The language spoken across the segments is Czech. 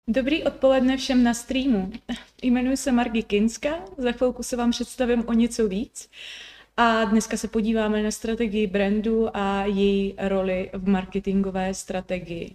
Dobrý odpoledne všem na streamu. Jmenuji se Margit Kinská, za chvilku se vám představím o něco víc. A dneska se podíváme na strategii brandu a její roli v marketingové strategii.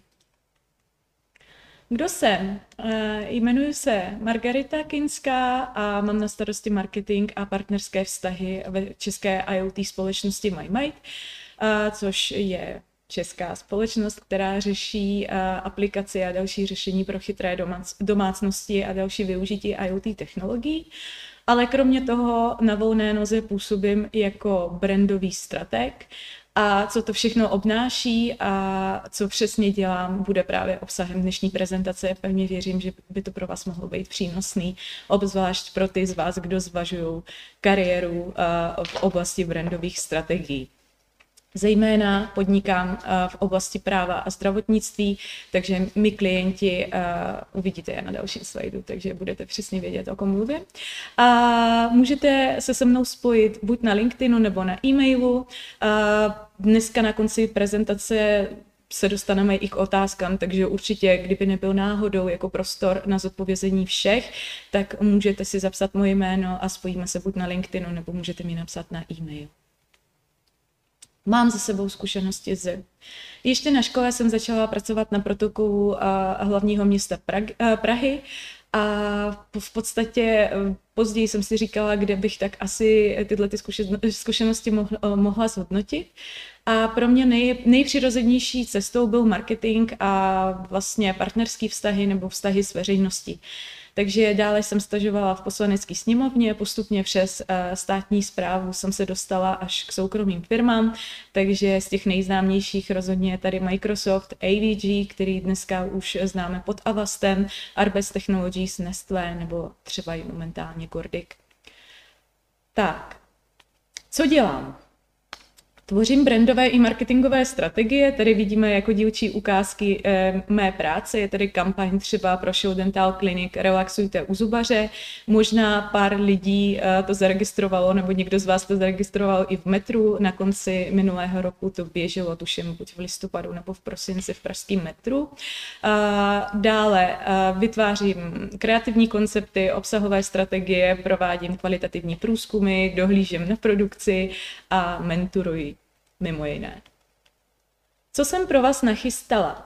Kdo jsem? Jmenuji se Margarita Kinská a mám na starosti marketing a partnerské vztahy ve české IoT společnosti MyMate, což je česká společnost, která řeší aplikaci a další řešení pro chytré domácnosti a další využití IoT technologií. Ale kromě toho na volné noze působím jako brandový strateg. A co to všechno obnáší a co přesně dělám, bude právě obsahem dnešní prezentace. Pevně věřím, že by to pro vás mohlo být přínosný, obzvlášť pro ty z vás, kdo zvažují kariéru v oblasti brandových strategií. Zejména podnikám v oblasti práva a zdravotnictví, takže my klienti uvidíte je na dalším slajdu, takže budete přesně vědět, o kom mluvím. A můžete se se mnou spojit buď na LinkedInu nebo na e-mailu. Dneska na konci prezentace se dostaneme i k otázkám, takže určitě, kdyby nebyl náhodou jako prostor na zodpovězení všech, tak můžete si zapsat moje jméno a spojíme se buď na LinkedInu, nebo můžete mi napsat na e-mail. Mám za sebou zkušenosti ještě na škole jsem začala pracovat na protokolu hlavního města Prahy a v podstatě později jsem si říkala, kde bych tak asi tyhle zkušenosti mohla zhodnotit. A pro mě nejpřirozenější cestou byl marketing a vlastně partnerský vztahy nebo vztahy s veřejností. Takže dále jsem stažovala v poslanecké sněmovně, postupně přes státní správu jsem se dostala až k soukromým firmám, takže z těch nejznámějších rozhodně je tady Microsoft, AVG, který dneska už známe pod Avastem, Arbes Technologies, Nestlé nebo třeba i momentálně Gordic. Tak, co dělám? Tvořím brandové i marketingové strategie, tady vidíme jako dílčí ukázky mé práce, je tady kampaň třeba pro Show Dental Clinic Relaxujte u zubaře, možná pár lidí to zaregistrovalo, nebo někdo z vás to zaregistroval i v metru, na konci minulého roku to běželo, tuším, buď v listopadu nebo v prosinci v pražském metru. Dále vytvářím kreativní koncepty, obsahové strategie, provádím kvalitativní průzkumy, dohlížím na produkci a mentoruji. Mimo jiné. Co jsem pro vás nachystala?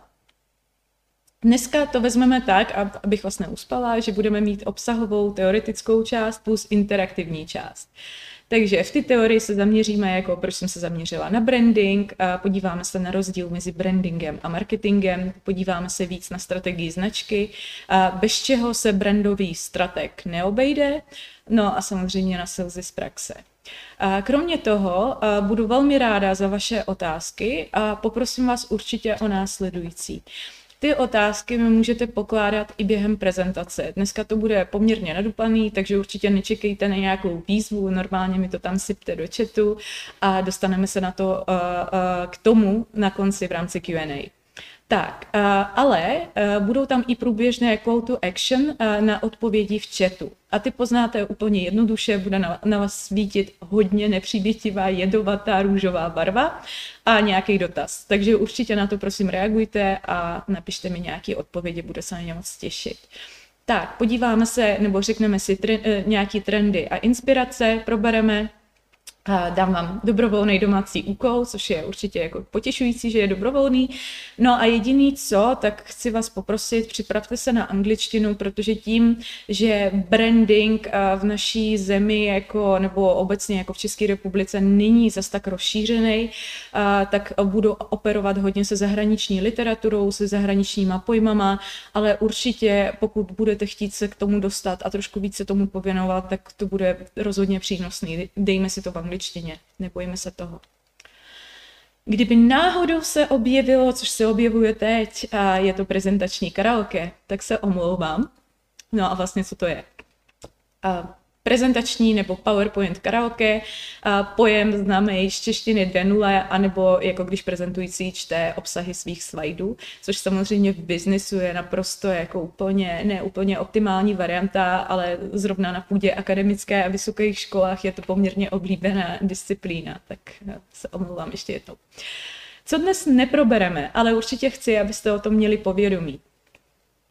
Dneska to vezmeme tak, abych vás neuspala, že budeme mít obsahovou teoretickou část plus interaktivní část. Takže v té teorii se zaměříme, jako proč jsem se zaměřila na branding, podíváme se na rozdíl mezi brandingem a marketingem, podíváme se víc na strategii značky, bez čeho se brandový strateg neobejde, no a samozřejmě na salesy z praxe. Kromě toho budu velmi ráda za vaše otázky a poprosím vás určitě o následující. Ty otázky mi můžete pokládat i během prezentace. Dneska to bude poměrně nadupaný, takže určitě nečekejte na nějakou výzvu, normálně mi to tam sypte do chatu a dostaneme se na to k tomu na konci v rámci Q&A. Tak, ale budou tam i průběžné call to action na odpovědi v chatu. A ty poznáte úplně jednoduše, bude na vás svítit hodně nepřívětivá, jedovatá, růžová barva a nějaký dotaz. Takže určitě na to prosím reagujte a napište mi nějaké odpovědi, bude se na ně moc těšit. Tak, podíváme se, nebo řekneme si nějaké trendy a inspirace, probereme. Dám vám dobrovolný domácí úkol, což je určitě jako potěšující, že je dobrovolný. No a jediný co, tak chci vás poprosit, připravte se na angličtinu, protože tím, že branding v naší zemi jako, nebo obecně jako v České republice není zas tak rozšířený, tak budu operovat hodně se zahraniční literaturou, se zahraničníma pojmama, ale určitě pokud budete chtít se k tomu dostat a trošku více tomu pověnovat, tak to bude rozhodně přínosný. Dejme si to v angličtině. Nebojíme se toho. Kdyby náhodou se objevilo, což se objevuje teď, a je to prezentační karaoke, tak se omlouvám. No a vlastně co to je? Prezentační nebo PowerPoint karaoke, pojem známý z češtiny 2.0, anebo jako když prezentující čte obsahy svých slajdů, což samozřejmě v biznesu je naprosto jako ne úplně optimální varianta, ale zrovna na půdě akademické a vysokých školách je to poměrně oblíbená disciplína, tak se omlouvám ještě jednou. Co dnes neprobereme, ale určitě chci, abyste o tom měli povědomí.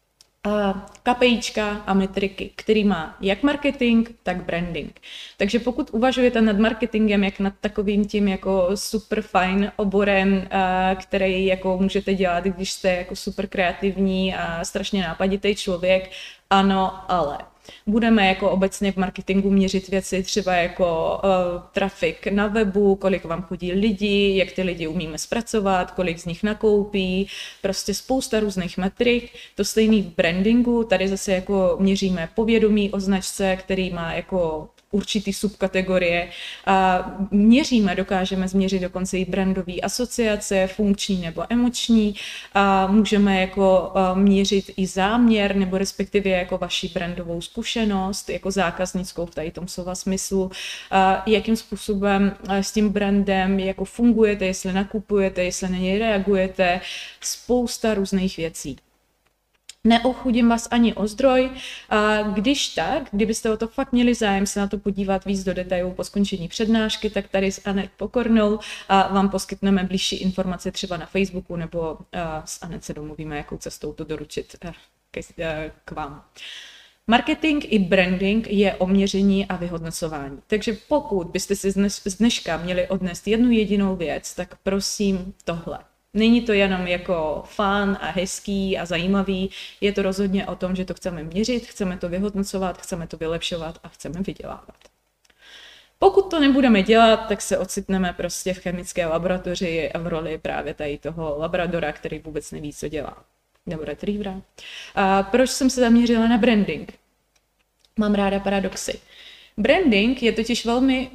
KPIčka a metriky, který má jak marketing, tak branding. Takže pokud uvažujete nad marketingem, jak nad takovým tím jako super fajn oborem, který jako můžete dělat, když jste jako super kreativní a strašně nápaditý člověk, ano, ale budeme jako obecně v marketingu měřit věci třeba jako trafik na webu, kolik vám chodí lidi, jak ty lidi umíme zpracovat, kolik z nich nakoupí, prostě spousta různých metrik. To stejný v brandingu, tady zase jako měříme povědomí o značce, který má jako určitý subkategorie a měříme, dokážeme změřit dokonce i brandové asociace, funkční nebo emoční a můžeme jako měřit i záměr nebo respektive jako vaši brandovou zkušenost, jako zákaznickou v tady tom slova smyslu, jakým způsobem s tím brandem jako fungujete, jestli nakupujete, jestli na něj reagujete, spousta různých věcí. Neochudím vás ani o zdroj, a když tak, kdybyste o to fakt měli zájem se na to podívat víc do detailů po skončení přednášky, tak tady s Anet Pokornou vám poskytneme blížší informace třeba na Facebooku nebo s Anet se domluvíme, jakou cestou to doručit k vám. Marketing i branding je o měření a vyhodnocování. Takže pokud byste si z dneška měli odnést jednu jedinou věc, tak prosím tohle. Není to jenom jako fun a hezký a zajímavý, je to rozhodně o tom, že to chceme měřit, chceme to vyhodnocovat, chceme to vylepšovat a chceme vydělávat. Pokud to nebudeme dělat, tak se ocitneme prostě v chemické laboratoři a v roli právě tady toho labradora, který vůbec neví, co dělá. Nebo retrievera. A proč jsem se zaměřila na branding? Mám ráda paradoxy. Branding je totiž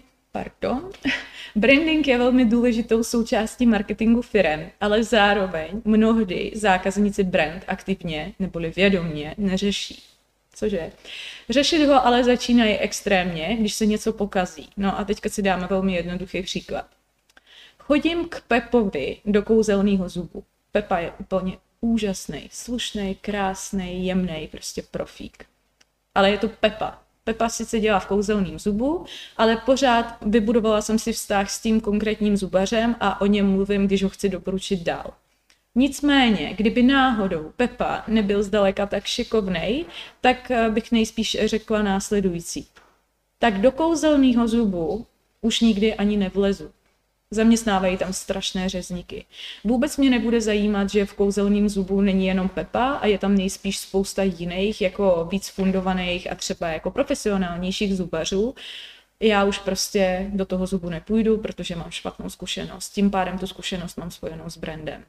Branding je velmi důležitou součástí marketingu firem, ale zároveň mnohdy zákazníci brand aktivně neboli vědomně neřeší. Cože? Řešit ho ale začínají extrémně, když se něco pokazí. No a teďka si dáme velmi jednoduchý příklad. Chodím k Pepovi do kouzelného zubu. Pepa je úplně úžasný, slušný, krásný, jemný, prostě profík. Ale je to Pepa. Pepa sice dělá v kouzelném zubu, ale pořád vybudovala jsem si vztah s tím konkrétním zubařem a o něm mluvím, když ho chci doporučit dál. Nicméně, kdyby náhodou Pepa nebyl zdaleka tak šikovnej, tak bych nejspíš řekla následující. Tak do kouzelného zubu už nikdy ani nevlezu. Zaměstnávají tam strašné řezníky. Vůbec mě nebude zajímat, že v kouzelném zubu není jenom Pepa a je tam nejspíš spousta jiných, jako víc fundovaných a třeba jako profesionálnějších zubařů. Já už prostě do toho zubu nepůjdu, protože mám špatnou zkušenost. Tím pádem tu zkušenost mám spojenou s brandem.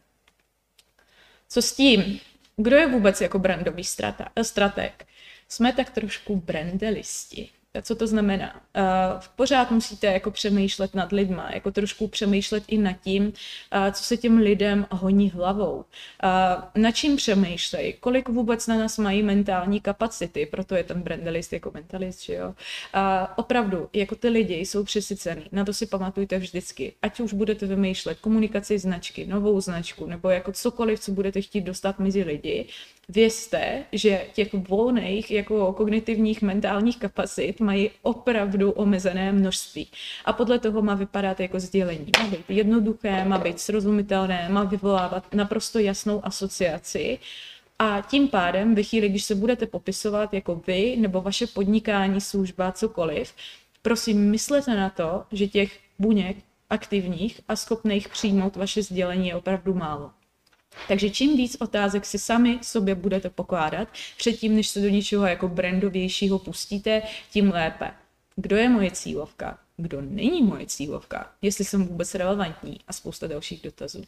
Co s tím? Kdo je vůbec jako brandový strateg? Jsme tak trošku brandelisti. Co to znamená? Pořád musíte jako přemýšlet nad lidma, jako trošku přemýšlet i nad tím, co se těm lidem honí hlavou. Na čím přemýšlej, kolik vůbec na nás mají mentální kapacity, proto je ten brandelist jako mentalist, že jo? Opravdu, jako ty lidi jsou přesycený, na to si pamatujte vždycky. Ať už budete vymýšlet komunikaci značky, novou značku, nebo jako cokoliv, co budete chtít dostat mezi lidi, vězte, že těch volných jako kognitivních mentálních kapacit mají opravdu omezené množství. A podle toho má vypadat jako sdělení. Má být jednoduché, má být srozumitelné, má vyvolávat naprosto jasnou asociaci. A tím pádem, ve chvíli, když se budete popisovat jako vy nebo vaše podnikání, služba, cokoliv, prosím, myslete na to, že těch buněk aktivních a schopných přijmout vaše sdělení je opravdu málo. Takže čím víc otázek si sami sobě budete pokládat, předtím, než se do něčeho jako brandovějšího pustíte, tím lépe. Kdo je moje cílovka? Kdo není moje cílovka? Jestli jsem vůbec relevantní? A spousta dalších dotazů.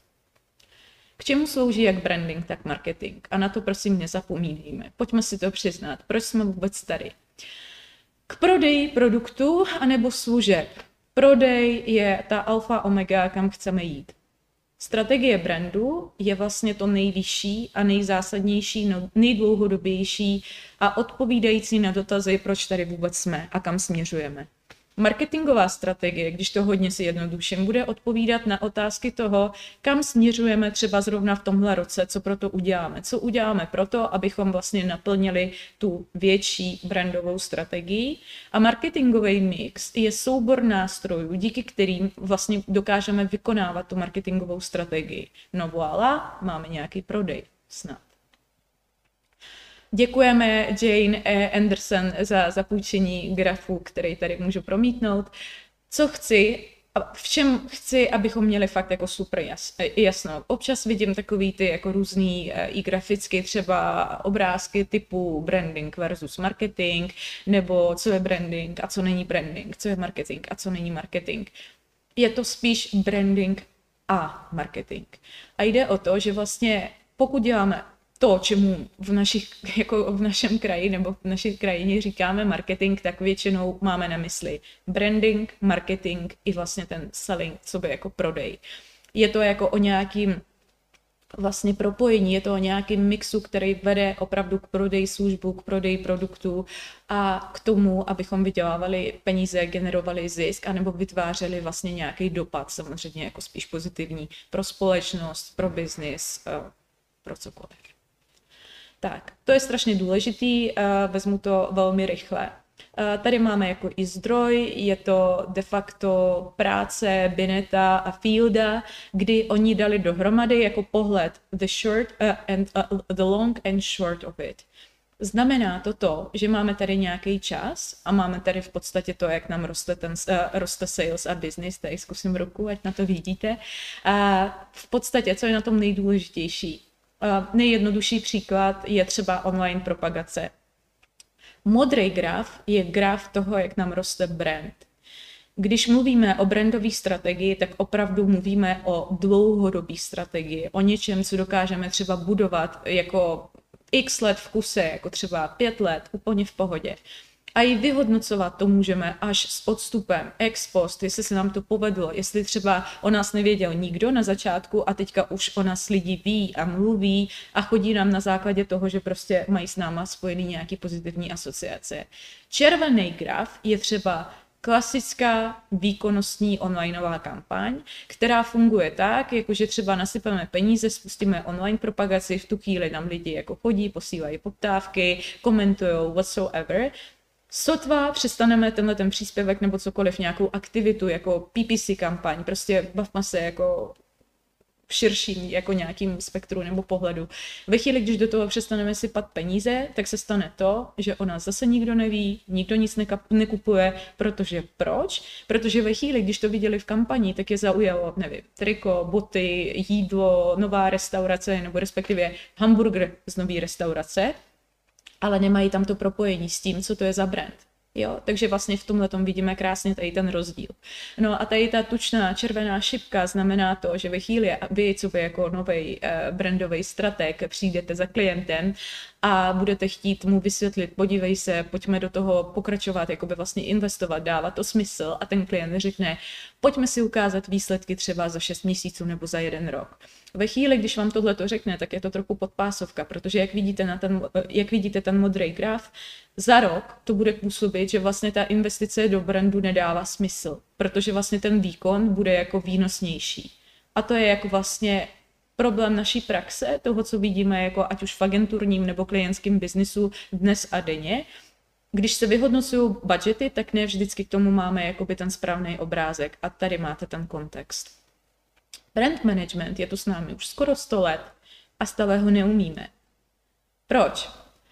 K čemu slouží jak branding, tak marketing? A na to prosím nezapomínejme. Pojďme si to přiznat. Proč jsme vůbec tady? K prodeji produktu anebo služeb. Prodej je ta alfa omega, kam chceme jít. Strategie brandu je vlastně to nejvyšší a nejzásadnější, nejdlouhodobější a odpovídající na dotazy, proč tady vůbec jsme a kam směřujeme. Marketingová strategie, když to hodně si jednoduším, bude odpovídat na otázky toho, kam směřujeme třeba zrovna v tomhle roce, co proto uděláme. Co uděláme proto, abychom vlastně naplnili tu větší brandovou strategii. A marketingový mix je soubor nástrojů, díky kterým vlastně dokážeme vykonávat tu marketingovou strategii. No voilà, máme nějaký prodej, snad. Děkujeme Jane Anderson za zapůjčení grafu, který tady můžu promítnout. V čem chci, abychom měli fakt jako super jasno. Občas vidím takový ty jako různý i graficky třeba obrázky typu branding versus marketing, nebo co je branding a co není branding, co je marketing a co není marketing. Je to spíš branding a marketing. A jde o to, že vlastně pokud děláme to, čemu v našem kraji nebo v naší krajině říkáme marketing, tak většinou máme na mysli branding, marketing i vlastně ten selling, co by jako prodej. Je to jako o nějakým vlastně propojení, je to o nějakým mixu, který vede opravdu k prodeji službu, k prodeji produktů a k tomu, abychom vydělávali peníze, generovali zisk, anebo vytvářeli vlastně nějaký dopad, samozřejmě jako spíš pozitivní pro společnost, pro biznis, pro cokoliv. Tak, to je strašně důležitý, vezmu to velmi rychle. Tady máme jako i zdroj, je to de facto práce Bineta a Fielda, kdy oni dali dohromady jako pohled the long and short of it. Znamená to, že máme tady nějaký čas a máme tady v podstatě to, jak nám roste sales a business, tady zkusím ruku, ať na to vidíte. V podstatě, co je na tom nejdůležitější? Nejjednodušší příklad je třeba online propagace. Modrý graf je graf toho, jak nám roste brand. Když mluvíme o brandové strategii, tak opravdu mluvíme o dlouhodobé strategii, o něčem, co dokážeme třeba budovat jako x let v kuse, jako třeba 5 let, úplně v pohodě. A i vyhodnocovat to můžeme až s odstupem, ex post, jestli se nám to povedlo, jestli třeba o nás nevěděl nikdo na začátku a teďka už o nás lidi ví a mluví a chodí nám na základě toho, že prostě mají s náma spojený nějaký pozitivní asociace. Červený graf je třeba klasická výkonnostní onlineová kampaň, která funguje tak, jakože třeba nasypeme peníze, spustíme online propagaci, v tu chvíli nám lidi jako chodí, posílají poptávky, komentujou whatsoever. Sotva přestaneme ten příspěvek nebo cokoliv, nějakou aktivitu jako PPC kampaň, prostě bavme se jako v širším jako nějakým spektru nebo pohledu. Ve chvíli, když do toho přestaneme sypat peníze, tak se stane to, že o nás zase nikdo neví, nikdo nic nekupuje, protože proč? Protože ve chvíli, když to viděli v kampani, tak je zaujalo, nevím, triko, boty, jídlo, nová restaurace nebo respektive hamburger z nový restaurace, ale nemají tam to propojení s tím, co to je za brand. Jo? Takže vlastně v tomhletom vidíme krásně tady ten rozdíl. No a tady ta tučná červená šipka znamená to, že ve chvíli vy, co vy jako nový brandový strateg, přijdete za klientem a budete chtít mu vysvětlit, podívej se, pojďme do toho pokračovat, jakoby vlastně investovat, dávat to smysl a ten klient řekne, pojďme si ukázat výsledky třeba za 6 měsíců nebo za 1 rok. Ve chvíli, když vám tohle to řekne, tak je to trochu podpásovka, protože jak vidíte ten modrý graf, za rok to bude působit, že vlastně ta investice do brandu nedává smysl, protože vlastně ten výkon bude jako výnosnější. A to je jako vlastně problém naší praxe, toho, co vidíme jako ať už v agenturním nebo klientském biznisu dnes a denně. Když se vyhodnocují budgety, tak ne vždycky k tomu máme jakoby ten správný obrázek a tady máte ten kontext. Brand management je tu s námi už skoro 100 let a stále ho neumíme. Proč?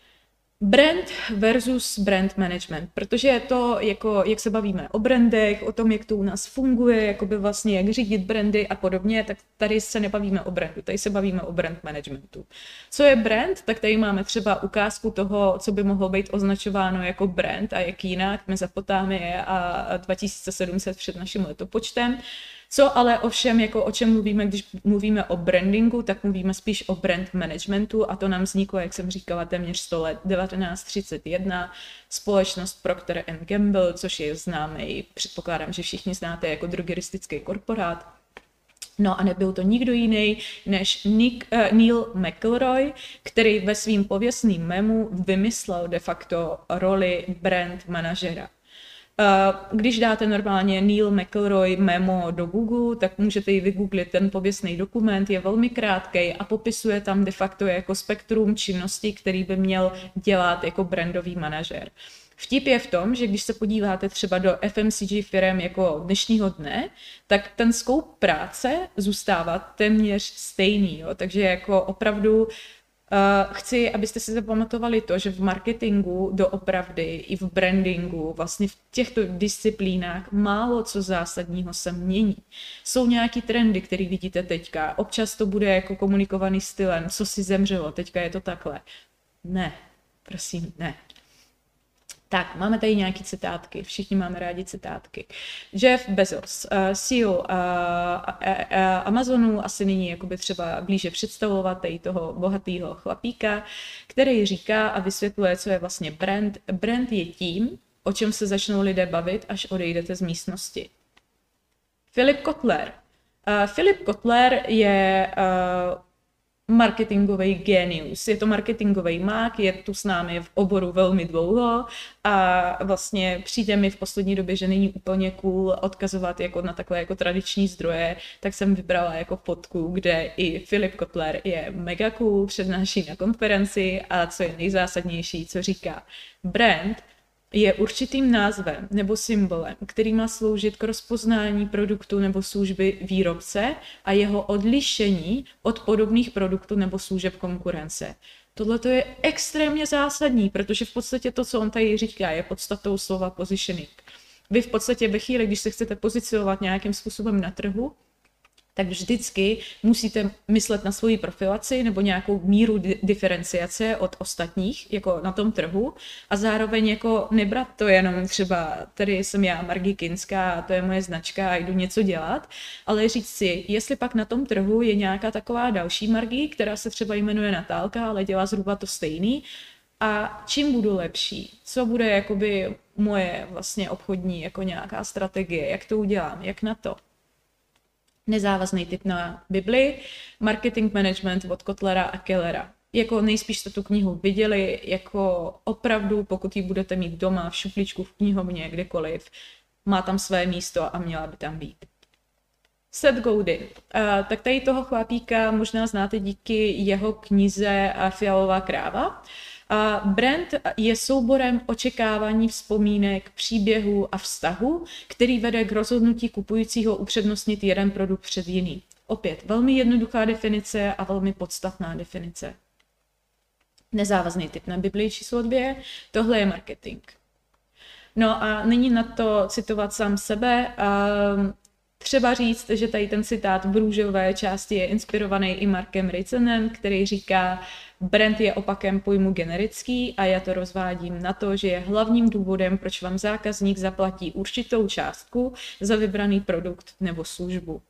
Brand versus brand management, protože je to, jako, jak se bavíme o brandech, o tom, jak to u nás funguje, jakoby vlastně jak řídit brandy a podobně, tak tady se nebavíme o brandu, tady se bavíme o brand managementu. Co je brand? Tak tady máme třeba ukázku toho, co by mohlo být označováno jako brand a jak jinak, Mezopotámie a 2700 před naším letopočtem. Co ale ovšem, jako o čem mluvíme, když mluvíme o brandingu, tak mluvíme spíš o brand managementu a to nám vzniklo, jak jsem říkala, téměř 100 let, 1931, společnost Procter & Gamble, což je známý, předpokládám, že všichni znáte jako drogeristický korporát. No a nebyl to nikdo jiný než Neil McElroy, který ve svým pověstným memu vymyslel de facto roli brand manažera. Když dáte normálně Neil McElroy memo do Google, tak můžete ji vygooglit, ten pověstný dokument je velmi krátkej a popisuje tam de facto jako spektrum činností, který by měl dělat jako brandový manažer. Vtip je v tom, že když se podíváte třeba do FMCG firm jako dnešního dne, tak ten scope práce zůstává téměř stejný, jo? Takže jako opravdu Chci, abyste si zapamatovali to, že v marketingu doopravdy i v brandingu, vlastně v těchto disciplínách málo co zásadního se mění. Jsou nějaký trendy, které vidíte teďka. Občas to bude jako komunikovaný stylem, co si zemřelo, teďka je to takhle. Ne, prosím, ne. Tak, máme tady nějaké citátky, všichni máme rádi citátky. Jeff Bezos, CEO Amazonu, asi nyní jakoby třeba blíže představovat tady toho bohatého chlapíka, který říká a vysvětluje, co je vlastně brand. Brand je tím, o čem se začnou lidé bavit, až odejdete z místnosti. Philip Kotler. Philip Kotler je marketingový genius. Je to marketingový mák, je tu s námi v oboru velmi dlouho a vlastně přijde mi v poslední době, že není úplně cool odkazovat jako na takové jako tradiční zdroje, tak jsem vybrala jako fotku, kde i Philip Kotler je mega cool, přednáší na konferenci a co je nejzásadnější, co říká. Brand je určitým názvem nebo symbolem, který má sloužit k rozpoznání produktu nebo služby výrobce a jeho odlišení od podobných produktů nebo služeb konkurence. Tohle je extrémně zásadní, protože v podstatě to, co on tady říká, je podstatou slova positioning. Vy v podstatě ve chvíli, když se chcete pozicionovat nějakým způsobem na trhu, tak vždycky musíte myslet na svoji profilaci nebo nějakou míru diferenciace od ostatních jako na tom trhu a zároveň jako nebrat to jenom třeba, tady jsem já Margit Kinská a to je moje značka a jdu něco dělat, ale říct si, jestli pak na tom trhu je nějaká taková další Margit, která se třeba jmenuje Natálka, ale dělá zhruba to stejný a čím budu lepší, co bude jakoby moje vlastně obchodní jako nějaká strategie, jak to udělám, jak na to. Nezávazný tip na Bibli, Marketing Management od Kotlera a Kellera. Jako nejspíš jste tu knihu viděli, jako opravdu, pokud ji budete mít doma, v šuplíčku, v knihovně, kdekoliv, má tam své místo a měla by tam být. Seth Godin. Tak tady toho chlapíka možná znáte díky jeho knize Fialová kráva. Brand je souborem očekávání, vzpomínek, příběhů a vztahu, který vede k rozhodnutí kupujícího upřednostnit jeden produkt před jiný. Opět velmi jednoduchá definice a velmi podstatná definice. Nezávazný tip na Biblii číslo 2. Tohle je marketing. No a nyní na to citovat sám sebe. Třeba říct, že tady ten citát v růžové části je inspirovaný i Markem Ritzenem, který říká, brand je opakem pojmu generický a já to rozvádím na to, že je hlavním důvodem, proč vám zákazník zaplatí určitou částku za vybraný produkt nebo službu.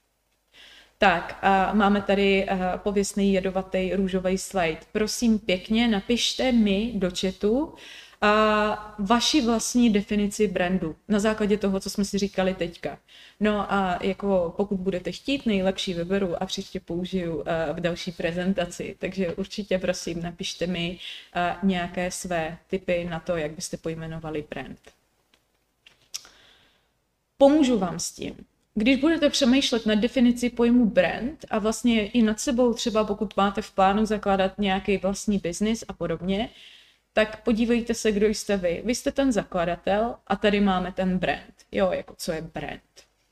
Tak a máme tady pověstný jedovatý růžový slide. Prosím pěkně, napište mi do chatu vaši vlastní definici brandu na základě toho, co jsme si říkali teďka. No a jako pokud budete chtít, nejlepší vyberu a příště použiju v další prezentaci. Takže určitě prosím, napište mi nějaké své tipy na to, jak byste pojmenovali brand. Pomůžu vám s tím. Když budete přemýšlet nad definici pojmu brand a vlastně i nad sebou, třeba pokud máte v plánu zakládat nějaký vlastní biznis a podobně, tak podívejte se, kdo jste vy. Vy jste ten zakladatel a tady máme ten brand. Jo, jako co je brand.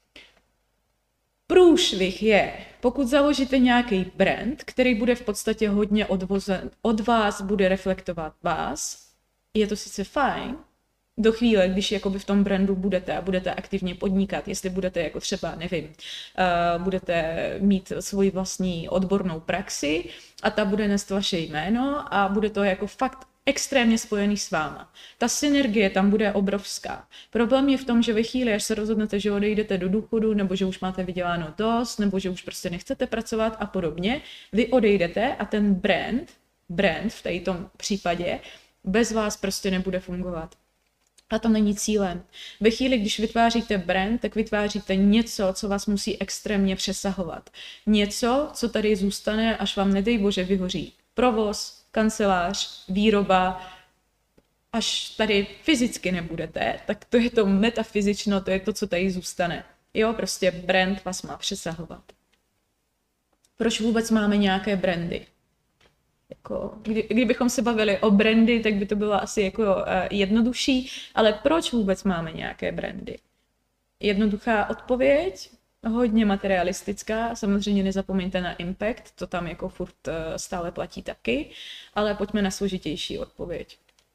Průšvih je, pokud založíte nějaký brand, který bude v podstatě hodně odvozen od vás, bude reflektovat vás, je to sice fajn, do chvíle, když jakoby v tom brandu budete a budete aktivně podnikat, jestli budete jako třeba, nevím, budete mít svoji vlastní odbornou praxi a ta bude nést vaše jméno a bude to jako fakt extrémně spojený s váma. Ta synergie tam bude obrovská. Problém je v tom, že ve chvíli, až se rozhodnete, že odejdete do důchodu, nebo že už máte vyděláno dost, nebo že už prostě nechcete pracovat a podobně, vy odejdete a ten brand v tom případě bez vás prostě nebude fungovat. A to není cílem. Ve chvíli, když vytváříte brand, tak vytváříte něco, co vás musí extrémně přesahovat. Něco, co tady zůstane, až vám nedej bože vyhoří provoz, kancelář, výroba, až tady fyzicky nebudete, tak to je to metafyzično, to je to, co tady zůstane. Jo, prostě brand vás má přesahovat. Proč vůbec máme nějaké brandy? Jako, kdybychom se bavili o brandy, tak by to bylo asi jako jednodušší, ale proč vůbec máme nějaké brandy? Jednoduchá odpověď, hodně materialistická, samozřejmě nezapomeňte na impact, to tam jako furt stále platí taky, ale pojďme na složitější odpověď.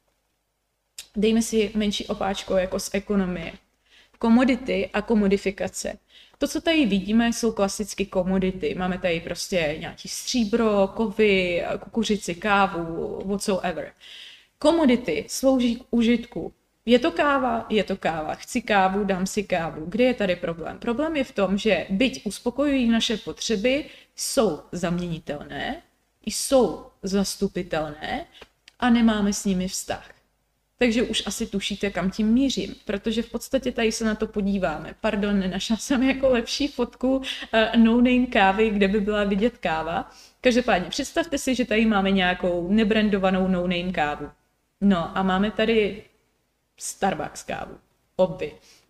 Dejme si menší opáčko jako z ekonomie. Komodity a komodifikace. To, co tady vidíme, jsou klasicky komodity. Máme tady prostě nějaký stříbro, kovy, kukuřici, kávu, whatsoever. Komodity slouží k užitku. Je to káva? Je to káva. Chci kávu, dám si kávu. Kde je tady problém? Problém je v tom, že byť uspokojují naše potřeby, jsou zaměnitelné, jsou zastupitelné a nemáme s nimi vztah. Takže už asi tušíte, kam tím mířím, protože v podstatě tady se na to podíváme. Pardon, nenašla jsem jako lepší fotku no-name kávy, kde by byla vidět káva. Každopádně představte si, že tady máme nějakou nebrandovanou no-name kávu. No a máme tady Starbucks kávu. Obvy.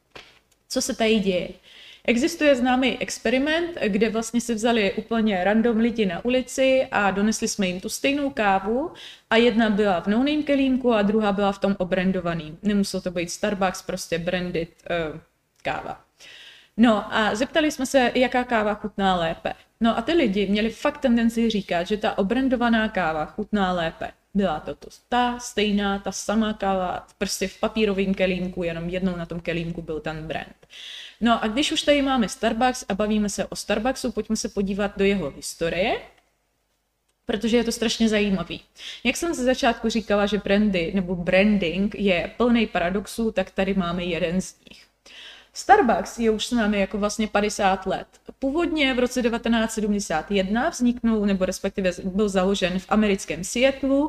Co se tady děje? Existuje známý experiment, kde vlastně se vzali úplně random lidi na ulici a donesli jsme jim tu stejnou kávu a jedna byla v no-name kelímku a druhá byla v tom obrandovaným. Nemuselo to být Starbucks, prostě branded káva. No a zeptali jsme se, jaká káva chutná lépe. No a ty lidi měli fakt tendenci říkat, že ta obrandovaná káva chutná lépe. Byla to ta stejná, ta samá káva, prostě v papírovém kelímku, jenom jednou na tom kelímku byl ten brand. No a když už tady máme Starbucks a bavíme se o Starbucksu, pojďme se podívat do jeho historie, protože je to strašně zajímavý. Jak jsem ze začátku říkala, že brandy nebo branding je plný paradoxů, tak tady máme jeden z nich. Starbucks je už s námi jako vlastně 50 let. Původně v roce 1971 vzniknul, nebo respektive byl založen v americkém Seattlu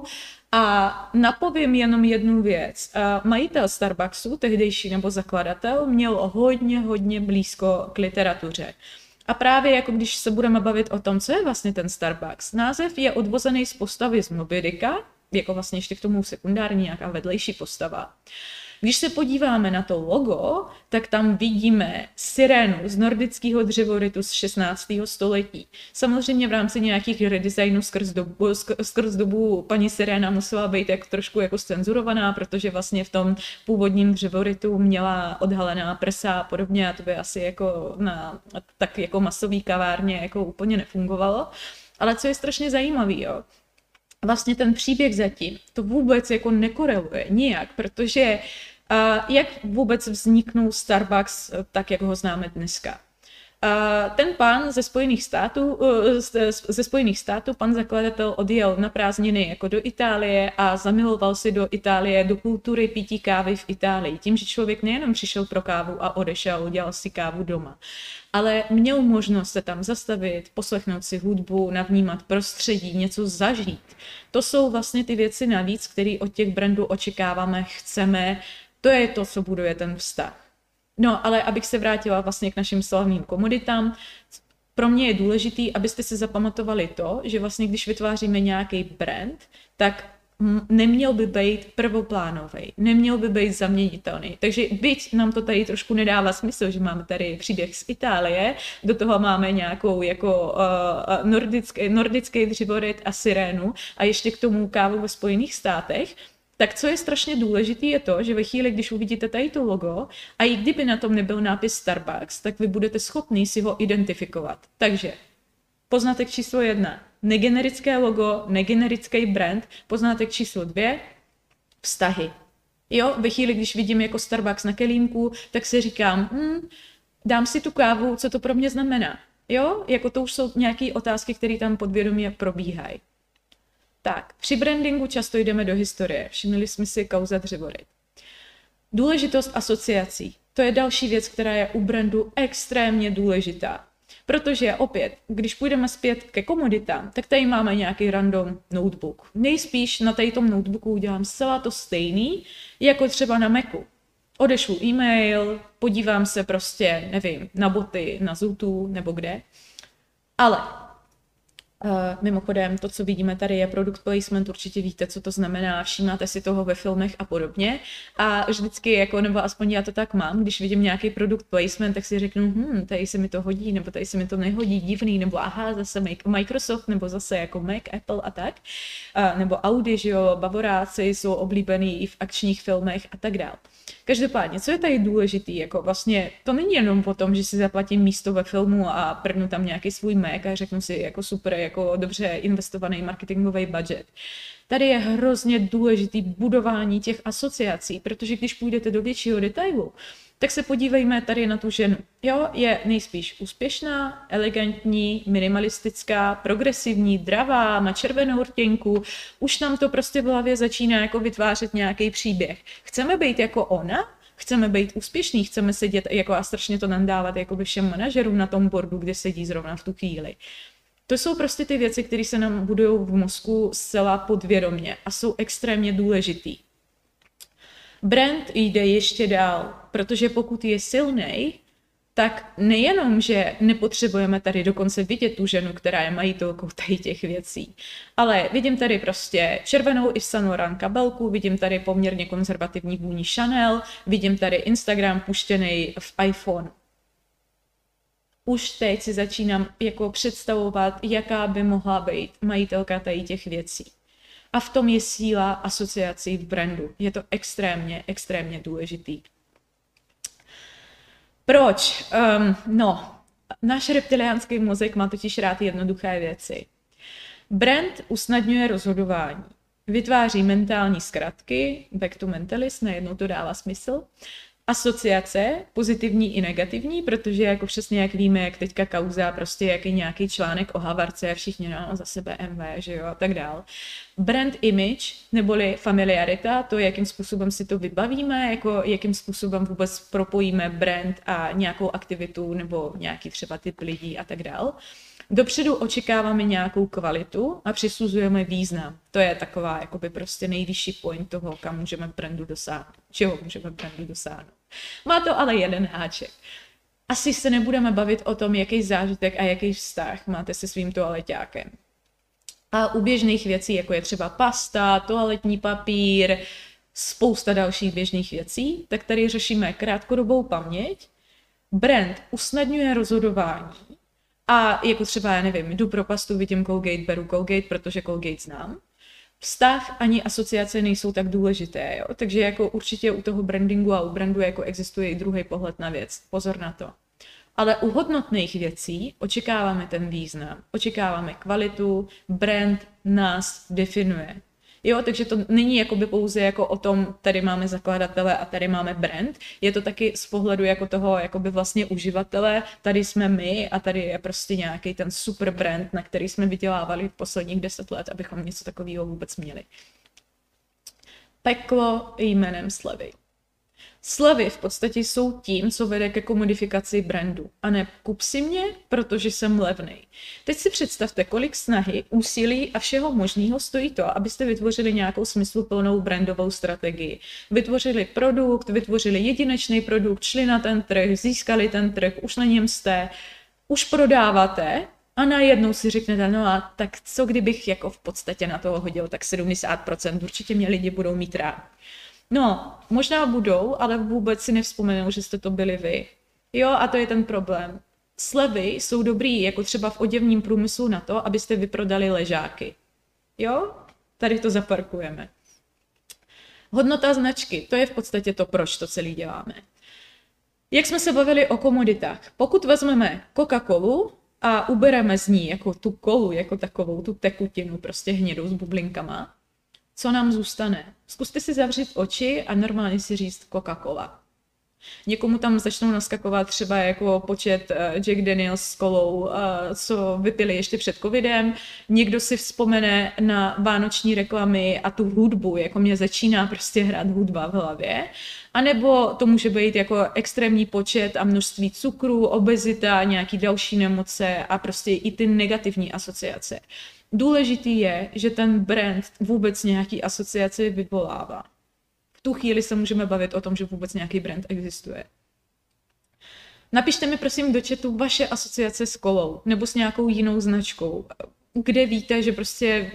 a napovím jenom jednu věc. Majitel Starbucksu, tehdejší nebo zakladatel, měl hodně blízko k literatuře. A právě jako když se budeme bavit o tom, co je vlastně ten Starbucks, název je odvozený z postavy z Moby Dicka, jako vlastně ještě k tomu sekundární nějaká vedlejší postava. Když se podíváme na to logo, tak tam vidíme sirénu z nordického dřevorytu z 16. století. Samozřejmě v rámci nějakých redesignů skrz dobu paní Siréna musela být trošku jako zcenzurovaná, protože vlastně v tom původním dřevorytu měla odhalená prsa a podobně a to by asi jako na tak jako masový kavárně jako úplně nefungovalo. Ale co je strašně zajímavý, jo? Vlastně ten příběh zatím to vůbec jako nekoreluje nijak, protože jak vůbec vzniknul Starbucks tak, jak ho známe dneska. Ten pán ze Spojených států, pan zakladatel, odjel na prázdniny jako do Itálie a zamiloval si do Itálie, do kultury pití kávy v Itálii. Tím, že člověk nejenom přišel pro kávu a odešel, udělal si kávu doma, ale měl možnost se tam zastavit, poslechnout si hudbu, navnímat prostředí, něco zažít. To jsou vlastně ty věci navíc, které od těch brandů očekáváme, chceme. To je to, co buduje ten vztah. No, ale abych se vrátila vlastně k našim slavným komoditám, pro mě je důležitý, abyste si zapamatovali to, že vlastně když vytváříme nějaký brand, tak neměl by být prvoplánový, neměl by být zaměnitelný. Takže byť nám to tady trošku nedává smysl, že máme tady příběh z Itálie, do toho máme nějakou jako nordický dřevoryt a sirénu a ještě k tomu kávu ve Spojených státech, tak co je strašně důležitý je to, že ve chvíli, když uvidíte tady to logo a i kdyby na tom nebyl nápis Starbucks, tak vy budete schopný si ho identifikovat. Takže poznatek číslo 1. Negenerické logo, negenerický brand. Poznatek číslo 2. Vztahy. Jo, ve chvíli, když vidím jako Starbucks na kelímku, tak si říkám, dám si tu kávu, co to pro mě znamená. Jo, jako to už jsou nějaké otázky, které tam podvědomě probíhají. Tak, při brandingu často jdeme do historie. Všimli jsme si kauza dřevoryt. Důležitost asociací. To je další věc, která je u brandu extrémně důležitá. Protože opět, když půjdeme zpět ke komoditám, tak tady máme nějaký random notebook. Nejspíš na tady tom notebooku udělám zcela to stejný, jako třeba na Macu. Odešlu e-mail, podívám se prostě, nevím, na boty, na Zootu nebo kde. Ale Mimochodem, to, co vidíme tady, je product placement, určitě víte, co to znamená, všímáte si toho ve filmech a podobně. A vždycky, jako, nebo aspoň já to tak mám, když vidím nějaký product placement, tak si řeknu, tady se mi to hodí, nebo tady se mi to nehodí, divný, nebo aha, zase Microsoft, nebo zase jako Mac, Apple a tak. Nebo Audi, že jo, Bavoráci jsou oblíbený i v akčních filmech a tak dále. Každopádně, co je tady důležitý, jako vlastně to není jenom o tom, že si zaplatím místo ve filmu a prnu tam nějaký svůj Mac a řeknu si jako super, jako dobře investovaný marketingový budget. Tady je hrozně důležitý budování těch asociací, protože když půjdete do většího detailu, tak se podívejme tady na tu ženu. Jo, je nejspíš úspěšná, elegantní, minimalistická, progresivní, dravá, má červenou rtěnku, už nám to prostě v hlavě začíná jako vytvářet nějaký příběh. Chceme být jako ona? Chceme být úspěšní, chceme sedět jako a strašně to nandávat jako všem manažerům na tom boardu, kde sedí zrovna v tu chvíli. To jsou prostě ty věci, které se nám budují v mozku zcela podvědomě a jsou extrémně důležitý. Brand jde ještě dál, protože pokud je silnej, tak nejenom, že nepotřebujeme tady dokonce vidět tu ženu, která je majitelkou tady těch věcí, ale vidím tady prostě červenou Yves Saint Laurent kabelku, vidím tady poměrně konzervativní vůni Chanel, vidím tady Instagram puštěný v iPhone. Už teď si začínám jako představovat, jaká by mohla být majitelka tady těch věcí. A v tom je síla asociací v brandu. Je to extrémně, extrémně důležitý. Proč? Náš reptiliánský mozek má totiž rád jednoduché věci. Brand usnadňuje rozhodování. Vytváří mentální zkratky, back to mentalist, najednou to dává smysl. Asociace, pozitivní i negativní, protože jako přesně jak víme, jak teďka kauza, prostě jak je nějaký článek o Havarce a všichni zase BMW, že jo, a tak dál. Brand image, neboli familiarita, to, jakým způsobem si to vybavíme, jako jakým způsobem vůbec propojíme brand a nějakou aktivitu nebo nějaký třeba typ lidí a tak dál. Dopředu očekáváme nějakou kvalitu a přisuzujeme význam. To je taková jakoby prostě nejvyšší point toho, kam můžeme brandu dosáhnout. Čeho můžeme brandu dosáhnout. Má to ale jeden háček. Asi se nebudeme bavit o tom, jaký zážitek a jaký vztah máte se svým toaleťákem. A u běžných věcí, jako je třeba pasta, toaletní papír, spousta dalších běžných věcí, tak tady řešíme krátkodobou paměť. Brand usnadňuje rozhodování. A jako třeba, já nevím, jdu pro pastu, vidím Colgate, beru Colgate, protože Colgate znám. Vztah ani asociace nejsou tak důležité, jo? Takže jako určitě u toho brandingu a u brandu jako existuje i druhý pohled na věc. Pozor na to. Ale u hodnotných věcí očekáváme ten význam, očekáváme kvalitu, brand nás definuje. Jo, takže to není jakoby pouze jako o tom, tady máme zakladatele a tady máme brand, je to taky z pohledu jako toho jakoby vlastně uživatele, tady jsme my a tady je prostě nějaký ten super brand, na který jsme vydělávali v posledních 10 let, abychom něco takového vůbec měli. Peklo jménem slevy. Slevy v podstatě jsou tím, co vede ke komodifikaci brandu. A ne kup si mě, protože jsem levnej. Teď si představte, kolik snahy, úsilí a všeho možného stojí to, abyste vytvořili nějakou smysluplnou brandovou strategii. Vytvořili produkt, vytvořili jedinečný produkt, šli na ten trh, získali ten trh, už na něm jste, už prodáváte a najednou si řeknete, no a tak co kdybych jako v podstatě na toho hodil tak 70%, určitě mě lidi budou mít rád. No, možná budou, ale vůbec si nevzpomenou, že jste to byli vy. Jo, a to je ten problém. Slevy jsou dobrý, jako třeba v oděvním průmyslu na to, abyste vyprodali ležáky. Jo, tady to zaparkujeme. Hodnota značky, to je v podstatě to, proč to celý děláme. Jak jsme se bavili o komoditách, pokud vezmeme Coca-Colu a ubereme z ní jako tu kolu, jako takovou, tu tekutinu, prostě hnědou s bublinkama, co nám zůstane? Zkuste si zavřít oči a normálně si říct Coca-Cola. Někomu tam začnou naskakovat třeba jako počet Jack Daniels s kolou, co vypili ještě před covidem. Někdo si vzpomene na vánoční reklamy a tu hudbu, jako mě začíná prostě hrát hudba v hlavě. A nebo to může být jako extrémní počet a množství cukru, obezita, nějaký další nemoce a prostě i ty negativní asociace. Důležitý je, že ten brand vůbec nějaký asociaci vyvolává. V tu chvíli se můžeme bavit o tom, že vůbec nějaký brand existuje. Napište mi prosím do chatu vaše asociace s kolou nebo s nějakou jinou značkou. kde víte, že prostě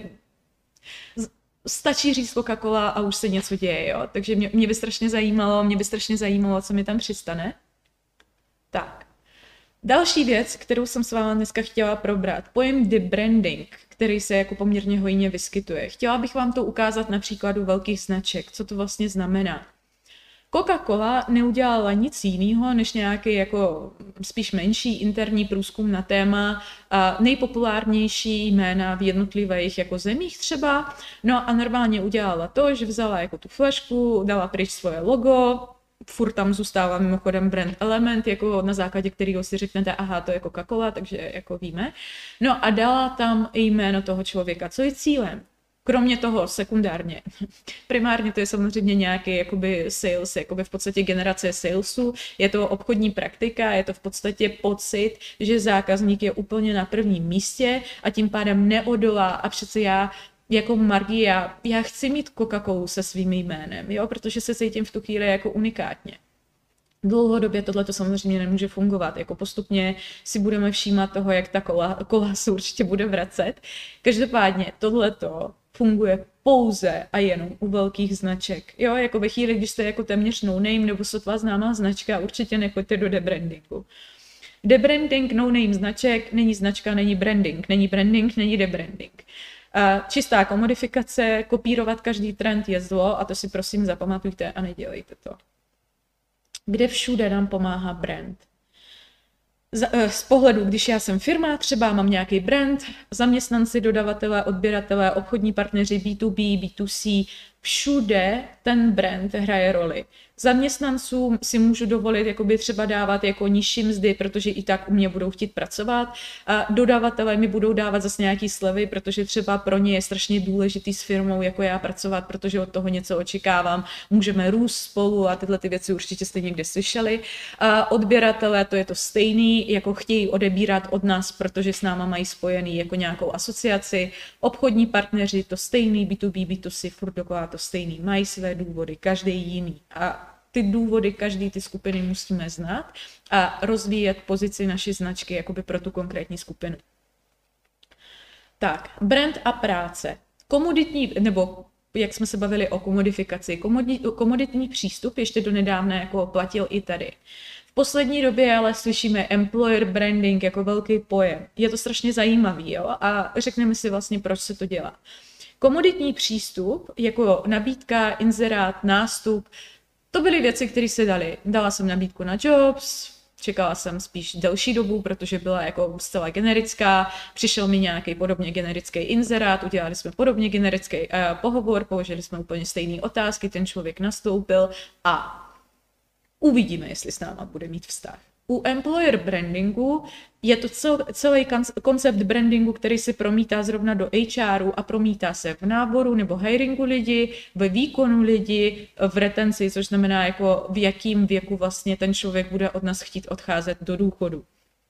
stačí říct Coca-Cola a už se něco děje, jo. Takže mě by strašně zajímalo, co mi tam přistane. Tak. Další věc, kterou jsem s váma dneska chtěla probrat, pojem debranding, který se jako poměrně hojně vyskytuje. Chtěla bych vám to ukázat na příkladu velkých značek, co to vlastně znamená. Coca-Cola neudělala nic jiného, než nějaký jako spíš menší interní průzkum na téma nejpopulárnější jména v jednotlivých jako zemích třeba. No a normálně udělala to, že vzala jako tu flašku, dala pryč svoje logo, furt tam zůstává mimochodem brand element, jako na základě kterého si řeknete, aha, to je Coca-Cola, takže jako víme. No a dala tam jméno toho člověka. Co je cílem? Kromě toho sekundárně, primárně to je samozřejmě nějaký jakoby sales, jakoby v podstatě generace salesu, je to obchodní praktika, je to v podstatě pocit, že zákazník je úplně na prvním místě a tím pádem neodolá a přece já jako Margie, já chci mít Coca-Colu se svým jménem, jo, protože se cítím v tu chvíli jako unikátně. Dlouhodobě tohle to samozřejmě nemůže fungovat, jako postupně si budeme všímat toho, jak ta kola se určitě bude vracet. Každopádně tohleto funguje pouze a jenom u velkých značek. Jo, jako ve chvíli, když jste jako téměř no-name nebo sotva známá značka, určitě nechoďte do debrandingu. Debranding no-name značek není značka, není branding, není debranding. Čistá komodifikace, kopírovat každý trend je zlo a to si prosím zapamatujte a nedělejte to. Kde všude nám pomáhá brand? Z pohledu, když já jsem firma, třeba mám nějaký brand, zaměstnanci, dodavatelé, odběratelé, obchodní partneři B2B, B2C, všude ten brand hraje roli. Zaměstnancům si můžu dovolit jakoby třeba dávat jako nižší mzdy, protože i tak u mě budou chtít pracovat. A dodavatelé mi budou dávat zase nějaký slevy, protože třeba pro ně je strašně důležitý s firmou jako já pracovat, protože od toho něco očekávám. Můžeme růst spolu a tyhle ty věci určitě jste někde slyšeli. A odběratelé to je to stejný, jako chtějí odebírat od nás, protože s náma mají spojený jako nějakou asociaci. Obchodní partneři to stejný, B2B, B2C, furt dokola to stejný. Mají své důvody, každý jiný. A ty důvody každý ty skupiny musíme znát a rozvíjet pozici naší značky jakoby pro tu konkrétní skupinu. Tak, brand a práce. Komoditní, nebo jak jsme se bavili o komodifikaci, komoditní přístup ještě do nedávna jako platil i tady. V poslední době ale slyšíme employer branding jako velký pojem. Je to strašně zajímavý, jo? A řekneme si vlastně, proč se to dělá. Komoditní přístup, jako nabídka, inzerát, nástup, to byly věci, které se daly. Dala jsem nabídku na Jobs, čekala jsem spíš delší dobu, protože byla jako zcela generická, přišel mi nějaký podobně generický inzerát, udělali jsme podobně generický pohovor, položili jsme úplně stejné otázky, ten člověk nastoupil a uvidíme, jestli s náma bude mít vztah. U employer brandingu je to celý koncept brandingu, který se promítá zrovna do HRu a promítá se v náboru nebo hiringu lidi, ve výkonu lidi, v retenci, což znamená, jako v jakým věku vlastně ten člověk bude od nás chtít odcházet do důchodu.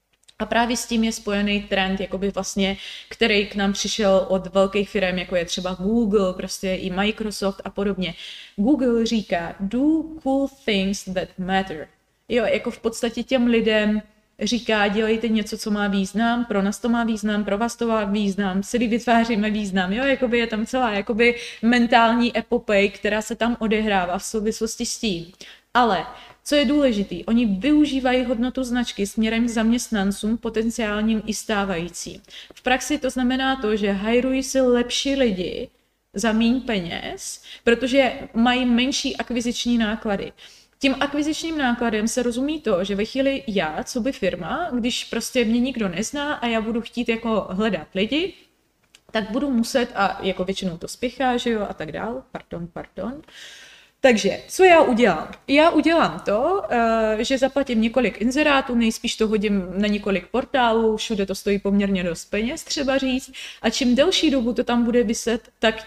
A právě s tím je spojený trend, jakoby vlastně, který k nám přišel od velkých firm, jako je třeba Google, prostě i Microsoft a podobně. Google říká, do cool things that matter. Jo, jako v podstatě těm lidem říká, dělejte něco, co má význam, pro nás to má význam, pro vás to má význam, celý vytváříme význam, jo, jakoby je tam celá jakoby mentální epopej, která se tam odehrává v souvislosti s tím. Ale co je důležitý, oni využívají hodnotu značky směrem k zaměstnancům, potenciálním i stávajícím. V praxi to znamená to, že hajrují si lepší lidi za míň peněz, protože mají menší akviziční náklady. Tím akvizičním nákladem se rozumí to, že ve chvíli já, co by firma, když prostě mě nikdo nezná a já budu chtít jako hledat lidi, tak budu muset, a jako většinou to spěchá, že jo, a tak dál, pardon. Takže, co já udělám? Já udělám to, že zaplatím několik inzerátů, nejspíš to hodím na několik portálů, všude to stojí poměrně dost peněz, třeba říct, a čím delší dobu to tam bude viset, tak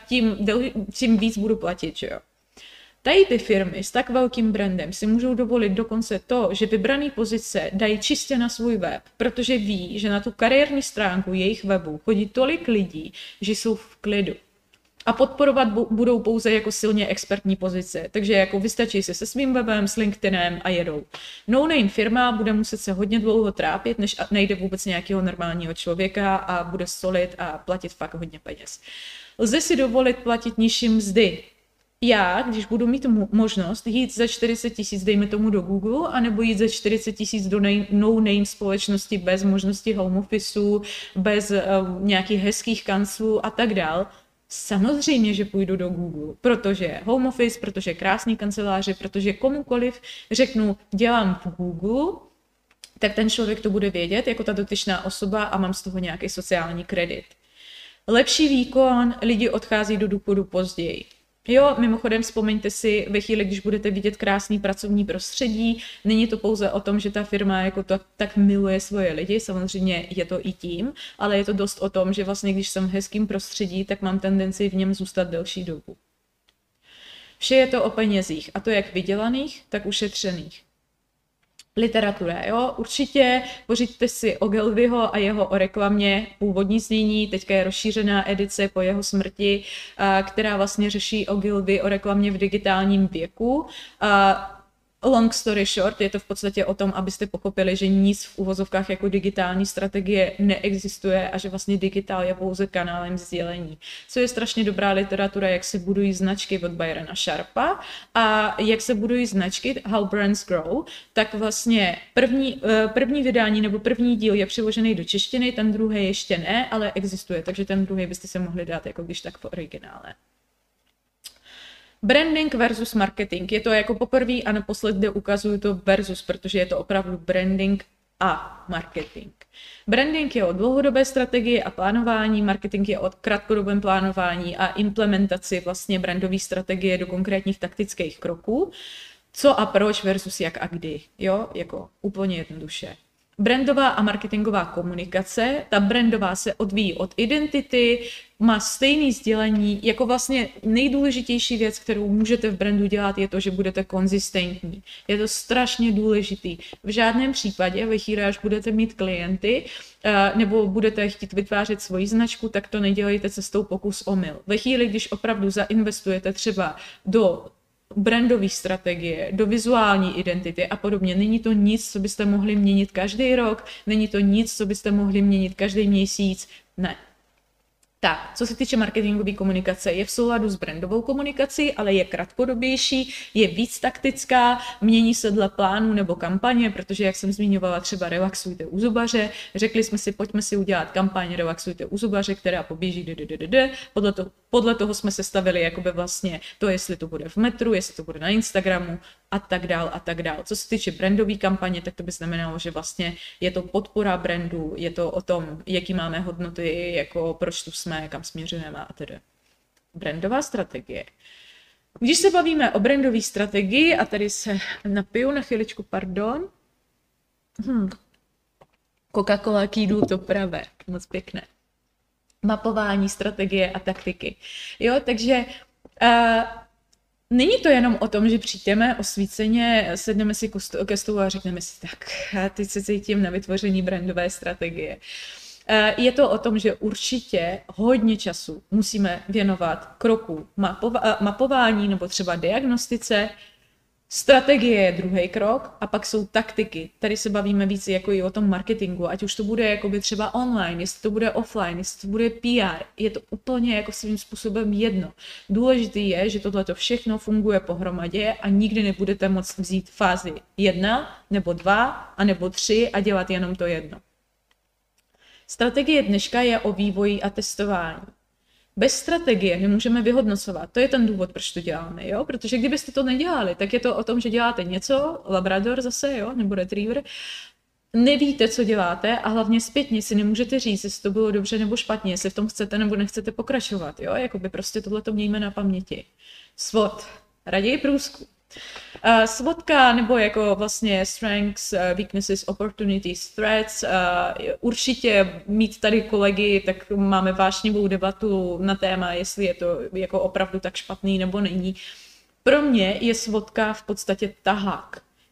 tím víc budu platit, že jo. Tady ty firmy s tak velkým brandem si můžou dovolit dokonce to, že vybrané pozice dají čistě na svůj web, protože ví, že na tu kariérní stránku jejich webu chodí tolik lidí, že jsou v klidu. A podporovat budou pouze jako silně expertní pozice. Takže jako vystačí se svým webem, s LinkedInem a jedou. No-name firma bude muset se hodně dlouho trápit, než najde vůbec nějakého normálního člověka a bude solit a platit fakt hodně peněz. Lze si dovolit platit nižší mzdy. Já, když budu mít možnost jít za 40 000, dejme tomu do Google, anebo jít za 40 000 do no-name společnosti bez možnosti home officeu, bez nějakých hezkých kanclů a tak dál, samozřejmě, že půjdu do Google, protože home office, protože krásný kanceláře, protože komukoliv řeknu, dělám v Google, tak ten člověk to bude vědět jako ta dotyčná osoba a mám z toho nějaký sociální kredit. Lepší výkon, lidi odchází do důchodu později. Jo, mimochodem vzpomeňte si, ve chvíli, když budete vidět krásný pracovní prostředí, není to pouze o tom, že ta firma jako to, tak miluje svoje lidi, samozřejmě je to i tím, ale je to dost o tom, že vlastně když jsem v hezkém prostředí, tak mám tendenci v něm zůstat delší dobu. Vše je to o penězích, a to jak vydělaných, tak ušetřených. Literatura, jo, určitě pořiďte si Ogilvyho a jeho o reklamě původní znění, teďka je rozšířená edice po jeho smrti, která vlastně řeší Ogilvy o reklamě v digitálním věku. Long story short, je to v podstatě o tom, abyste pochopili, že nic v uvozovkách jako digitální strategie neexistuje a že vlastně digitál je pouze kanálem sdělení. Co je strašně dobrá literatura, jak se budují značky od Byrona Sharpa a jak se budují značky How Brands Grow, tak vlastně první vydání nebo první díl je přeložený do češtiny, ten druhý ještě ne, ale existuje, takže ten druhý byste se mohli dát jako když tak v originále. Branding versus marketing. Je to jako poprvé a naposled, kde ukazuju to versus, protože je to opravdu branding a marketing. Branding je o dlouhodobé strategii a plánování, marketing je o krátkodobém plánování a implementaci vlastně brandové strategie do konkrétních taktických kroků. Co a proč versus jak a kdy. Jo, jako úplně jednoduše. Brandová a marketingová komunikace, ta brandová se odvíjí od identity, má stejné sdělení, jako vlastně nejdůležitější věc, kterou můžete v brandu dělat, je to, že budete konzistentní. Je to strašně důležitý. V žádném případě, ve chvíli, až budete mít klienty, nebo budete chtít vytvářet svoji značku, tak to nedělejte cestou pokus omyl. Ve chvíli, když opravdu zainvestujete třeba do brandové strategie, do vizuální identity a podobně. Není to nic, co byste mohli měnit každý rok, není to nic, co byste mohli měnit každý měsíc, ne. Tak, co se týče marketingové komunikace, je v souladu s brandovou komunikací, ale je krátkodobější, je víc taktická, mění se dle plánu nebo kampaně, protože, jak jsem zmiňovala, třeba relaxujte u zubaře, řekli jsme si, pojďme si udělat kampaň relaxujte u zubaře, která poběží podle toho jsme se stavili jakoby vlastně to, jestli to bude v metru, jestli to bude na Instagramu a tak dál a tak dál. Co se týče brandové kampaně, tak to by znamenalo, že vlastně je to podpora brandu, je to o tom, jaký máme hodnoty, jako proč tu jsme, kam směřujeme a tedy. Brandová strategie. Když se bavíme o brandové strategii, a tady se napiju na chviličku, pardon. Coca-Cola kýdů to pravé, moc pěkné. Mapování, strategie a taktiky. Jo, takže není to jenom o tom, že přijdeme osvíceně, sedneme si ke stolu a řekneme si tak, teď se cítím na vytvoření brandové strategie. Je to o tom, že určitě hodně času musíme věnovat kroku mapování nebo třeba diagnostice. Strategie je druhý krok a pak jsou taktiky. Tady se bavíme víc jako i o tom marketingu, ať už to bude jakoby třeba online, jestli to bude offline, jestli to bude PR. Je to úplně jako svým způsobem jedno. Důležitý je, že tohleto všechno funguje pohromadě a nikdy nebudete moct vzít fázi 1 nebo 2 a nebo 3 a dělat jenom to jedno. Strategie dneška je o vývoji a testování. Bez strategie nemůžeme vyhodnocovat. To je ten důvod, proč to děláme, jo? Protože kdybyste to nedělali, tak je to o tom, že děláte něco, labrador zase, jo, nebo retriever, nevíte, co děláte a hlavně zpětně si nemůžete říct, jestli to bylo dobře nebo špatně, jestli v tom chcete nebo nechcete pokračovat, jo? Jakoby prostě tohleto mějme na paměti. SWOT, raději průzkum. SWOTka nebo jako vlastně strengths, weaknesses, opportunities, threats, určitě mít tady kolegy, tak máme vášnivou debatu na téma, jestli je to jako opravdu tak špatný nebo není. Pro mě je SWOTka v podstatě tahák.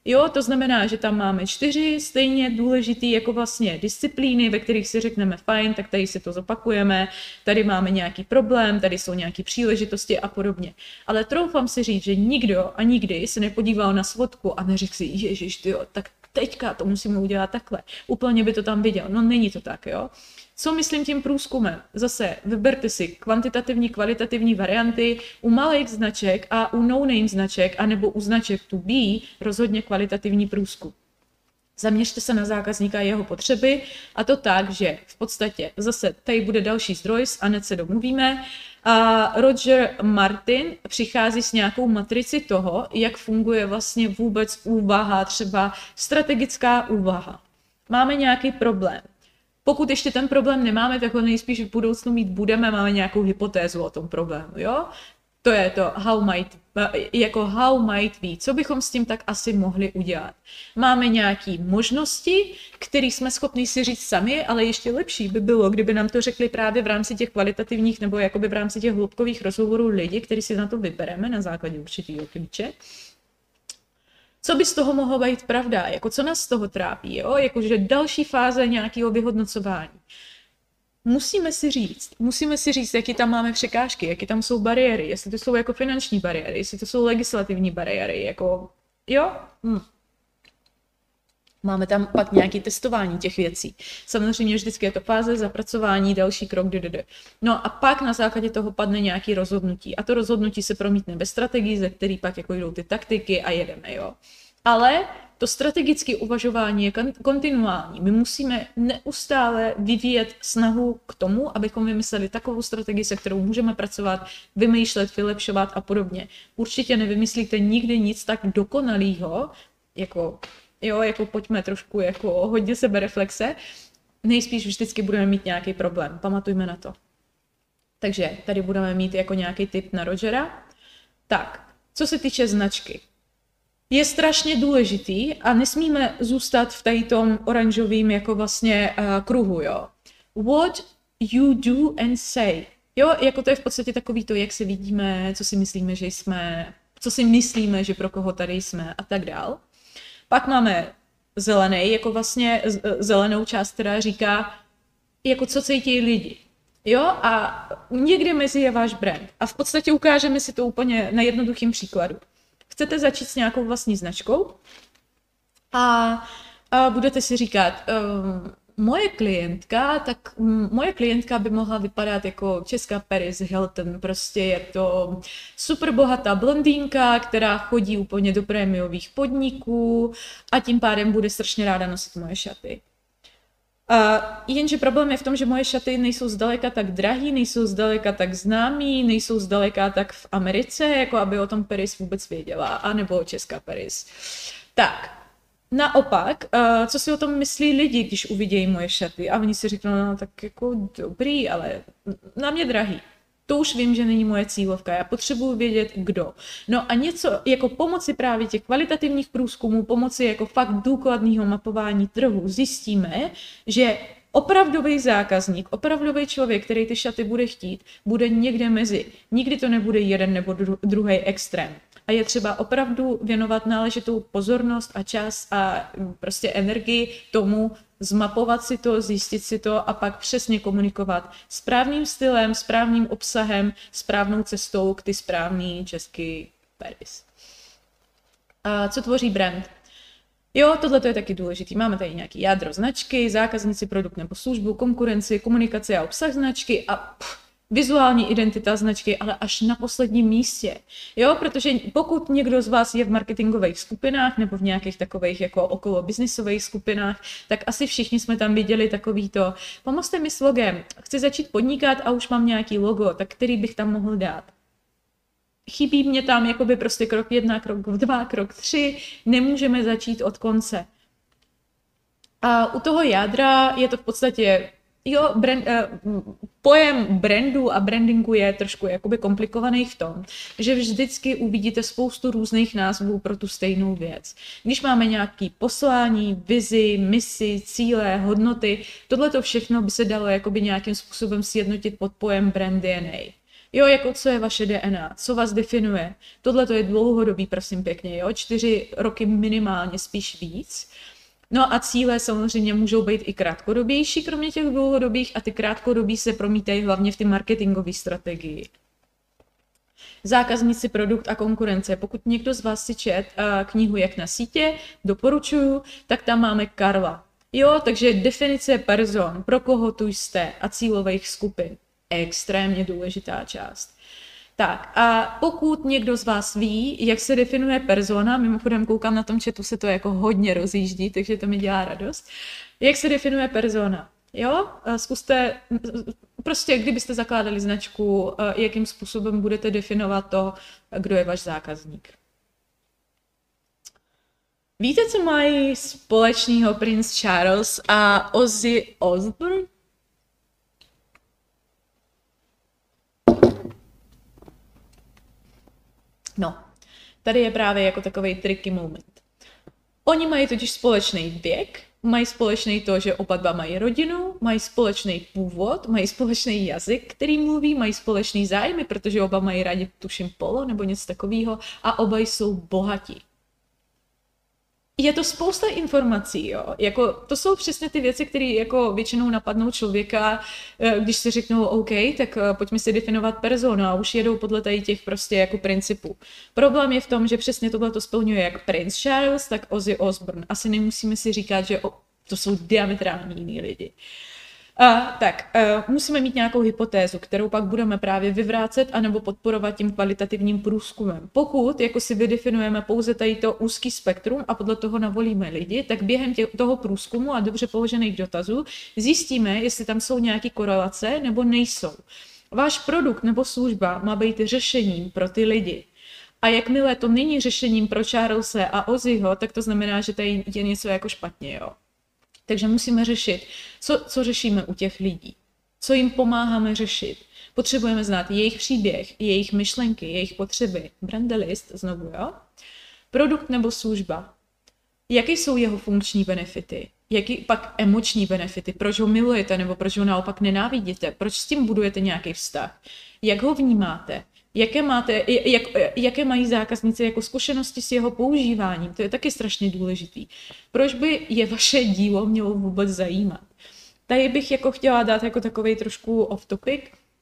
Jo, to znamená, že tam máme 4 stejně důležitý jako vlastně disciplíny, ve kterých si řekneme fajn, tak tady si to zopakujeme, tady máme nějaký problém, tady jsou nějaké příležitosti a podobně. Ale troufám si říct, že nikdo a nikdy se nepodíval na svodku a neřekl si, ježiš, tyjo, tak teďka to musíme udělat takhle. Úplně by to tam viděl. No není to tak, jo. Co myslím tím průzkumem? Zase vyberte si kvantitativní, kvalitativní varianty u malých značek a u no-name značek, anebo u značek to be rozhodně kvalitativní průzkum. Zaměřte se na zákazníka a jeho potřeby a to tak, že v podstatě zase tady bude další zdroj, s Anet se domluvíme, a Roger Martin přichází s nějakou matrici toho, jak funguje vlastně vůbec úvaha, třeba strategická úvaha. Máme nějaký problém. Pokud ještě ten problém nemáme, tak ho nejspíš v budoucnu mít budeme, máme nějakou hypotézu o tom problému, jo? To je to how might be. Co bychom s tím tak asi mohli udělat? Máme nějaké možnosti, které jsme schopni si říct sami, ale ještě lepší by bylo, kdyby nám to řekli právě v rámci těch kvalitativních nebo jakoby v rámci těch hloubkových rozhovorů lidi, kteří si na to vybereme na základě určitého klíče. Co by z toho mohlo být pravda? Jako co nás z toho trápí? Jo? Jakože další fáze nějakého vyhodnocování. Musíme si říct, jaký tam máme překážky, jaký tam jsou bariéry, jestli to jsou jako finanční bariéry, jestli to jsou legislativní bariéry, jako, jo? Máme tam pak nějaké testování těch věcí. Samozřejmě vždycky je to fáze, zapracování, další krok, No a pak na základě toho padne nějaké rozhodnutí. A to rozhodnutí se promítne ve strategii, ze který pak jako jdou ty taktiky a jedeme, jo. Ale to strategické uvažování je kontinuální. My musíme neustále vyvíjet snahu k tomu, abychom vymysleli takovou strategii, se kterou můžeme pracovat, vymýšlet, vylepšovat a podobně. Určitě nevymyslíte nikdy nic tak dokonalého, jako pojďme trošku jako hodně sebereflexe, nejspíš vždycky budeme mít nějaký problém. Pamatujme na to. Takže tady budeme mít jako nějaký tip na Rogera. Tak, co se týče značky. Je strašně důležitý a nesmíme zůstat v tady tom oranžovým jako vlastně kruhu, jo. What you do and say. Jo, jako to je v podstatě takový to, jak se vidíme, co si myslíme, že jsme, co si myslíme, že pro koho tady jsme a tak dál. Pak máme zelený, jako vlastně zelenou část, která říká, jako co cítí lidi. Jo, a někde mezi je váš brand. A v podstatě ukážeme si to úplně na jednoduchým příkladu. Chcete začít s nějakou vlastní značkou a budete si říkat, moje klientka by mohla vypadat jako česká Paris Hilton, prostě je to super bohatá blondýnka, která chodí úplně do prémiových podniků a tím pádem bude strašně ráda nosit moje šaty. Jenže problém je v tom, že moje šaty nejsou zdaleka tak drahý, nejsou zdaleka tak známý, nejsou zdaleka tak v Americe, jako aby o tom Paris vůbec věděla, anebo česká Paris. Tak, naopak, co si o tom myslí lidi, když uvidějí moje šaty a oni si řeknou, no tak jako dobrý, ale na mě drahý. To už vím, že není moje cílovka, já potřebuji vědět, kdo. No a něco jako pomoci právě těch kvalitativních průzkumů, pomoci jako fakt důkladného mapování trhu, zjistíme, že opravdový zákazník, opravdový člověk, který ty šaty bude chtít, bude někde mezi. Nikdy to nebude jeden nebo druhý extrém. A je třeba opravdu věnovat náležitou pozornost a čas a prostě energii tomu, zmapovat si to, zjistit si to a pak přesně komunikovat správným stylem, správným obsahem, správnou cestou k ty správný český Paris. A co tvoří brand? Jo, tohle je taky důležitý. Máme tady nějaký jádro značky, zákazníci, produkt nebo službu, konkurenci, komunikace a obsah značky a vizuální identita značky, ale až na posledním místě. Jo, protože pokud někdo z vás je v marketingových skupinách nebo v nějakých takových jako okolo biznisových skupinách, tak asi všichni jsme tam viděli takový to, pomozte mi s logem, chci začít podnikat a už mám nějaký logo, tak který bych tam mohl dát. Chybí mě tam jakoby prostě krok 1, krok 2, krok 3, nemůžeme začít od konce. A u toho jádra je to v podstatě pojem brandu a brandingu je trošku jakoby komplikovaný v tom, že vždycky uvidíte spoustu různých názvů pro tu stejnou věc. Když máme nějaké poslání, vizi, misi, cíle, hodnoty, tohleto všechno by se dalo jakoby nějakým způsobem sjednotit pod pojem brand DNA. Jo, jako co je vaše DNA, co vás definuje. Tohle to je dlouhodobý, prosím pěkně, jo, 4 roky minimálně, spíš víc. No a cíle samozřejmě můžou být i krátkodobější, kromě těch dlouhodobých, a ty krátkodobí se promítají hlavně v ty marketingové strategii. Zákazníci, produkt a konkurence. Pokud někdo z vás si čet knihu Jak na sítě, doporučuju, tak tam máme Karla. Jo, takže definice person, pro koho tu jste a cílových skupin. Extrémně důležitá část. Tak a pokud někdo z vás ví, jak se definuje persona, mimochodem koukám na tom chatu, se to jako hodně rozjíždí, takže to mi dělá radost. Jak se definuje persona? Jo, zkuste, prostě kdybyste zakládali značku, jakým způsobem budete definovat to, kdo je váš zákazník. Víte, co mají společného Prince Charles a Ozzy Osbourne? No, tady je právě jako takový tricky moment. Oni mají totiž společný věk, mají společný to, že oba dva mají rodinu, mají společný původ, mají společný jazyk, který mluví, mají společný zájmy, protože oba mají rádi, tuším, polo nebo něco takového, a oba jsou bohatí. Je to spousta informací, jo. Jako, to jsou přesně ty věci, které jako většinou napadnou člověka, když si řeknou OK, tak pojďme si definovat personu a už jedou podle tady těch prostě jako principů. Problém je v tom, že přesně tohle to splňuje jak Prince Charles, tak Ozzy Osbourne. Asi nemusíme si říkat, že to jsou diametrálně jiný lidi. Musíme mít nějakou hypotézu, kterou pak budeme právě vyvrácet anebo podporovat tím kvalitativním průzkumem. Pokud jako si vydefinujeme pouze tady to úzký spektrum a podle toho navolíme lidi, tak během toho průzkumu a dobře položených dotazů zjistíme, jestli tam jsou nějaké korelace nebo nejsou. Váš produkt nebo služba má být řešením pro ty lidi. A jakmile to není řešením pro Charlese a Ozzyho, tak to znamená, že tady je něco jako špatně, jo. Takže musíme řešit, co řešíme u těch lidí, co jim pomáháme řešit. Potřebujeme znát jejich příběh, jejich myšlenky, jejich potřeby. Brandelist, znovu, jo? Produkt nebo služba. Jaké jsou jeho funkční benefity? Jaký pak emoční benefity? Proč ho milujete nebo proč ho naopak nenávidíte? Proč s tím budujete nějaký vztah? Jak ho vnímáte? Jaké mají zákazníci jako zkušenosti s jeho používáním? To je taky strašně důležitý. Proč by je vaše dílo mělo vůbec zajímat? Tady bych jako chtěla dát jako takovej trošku off topic.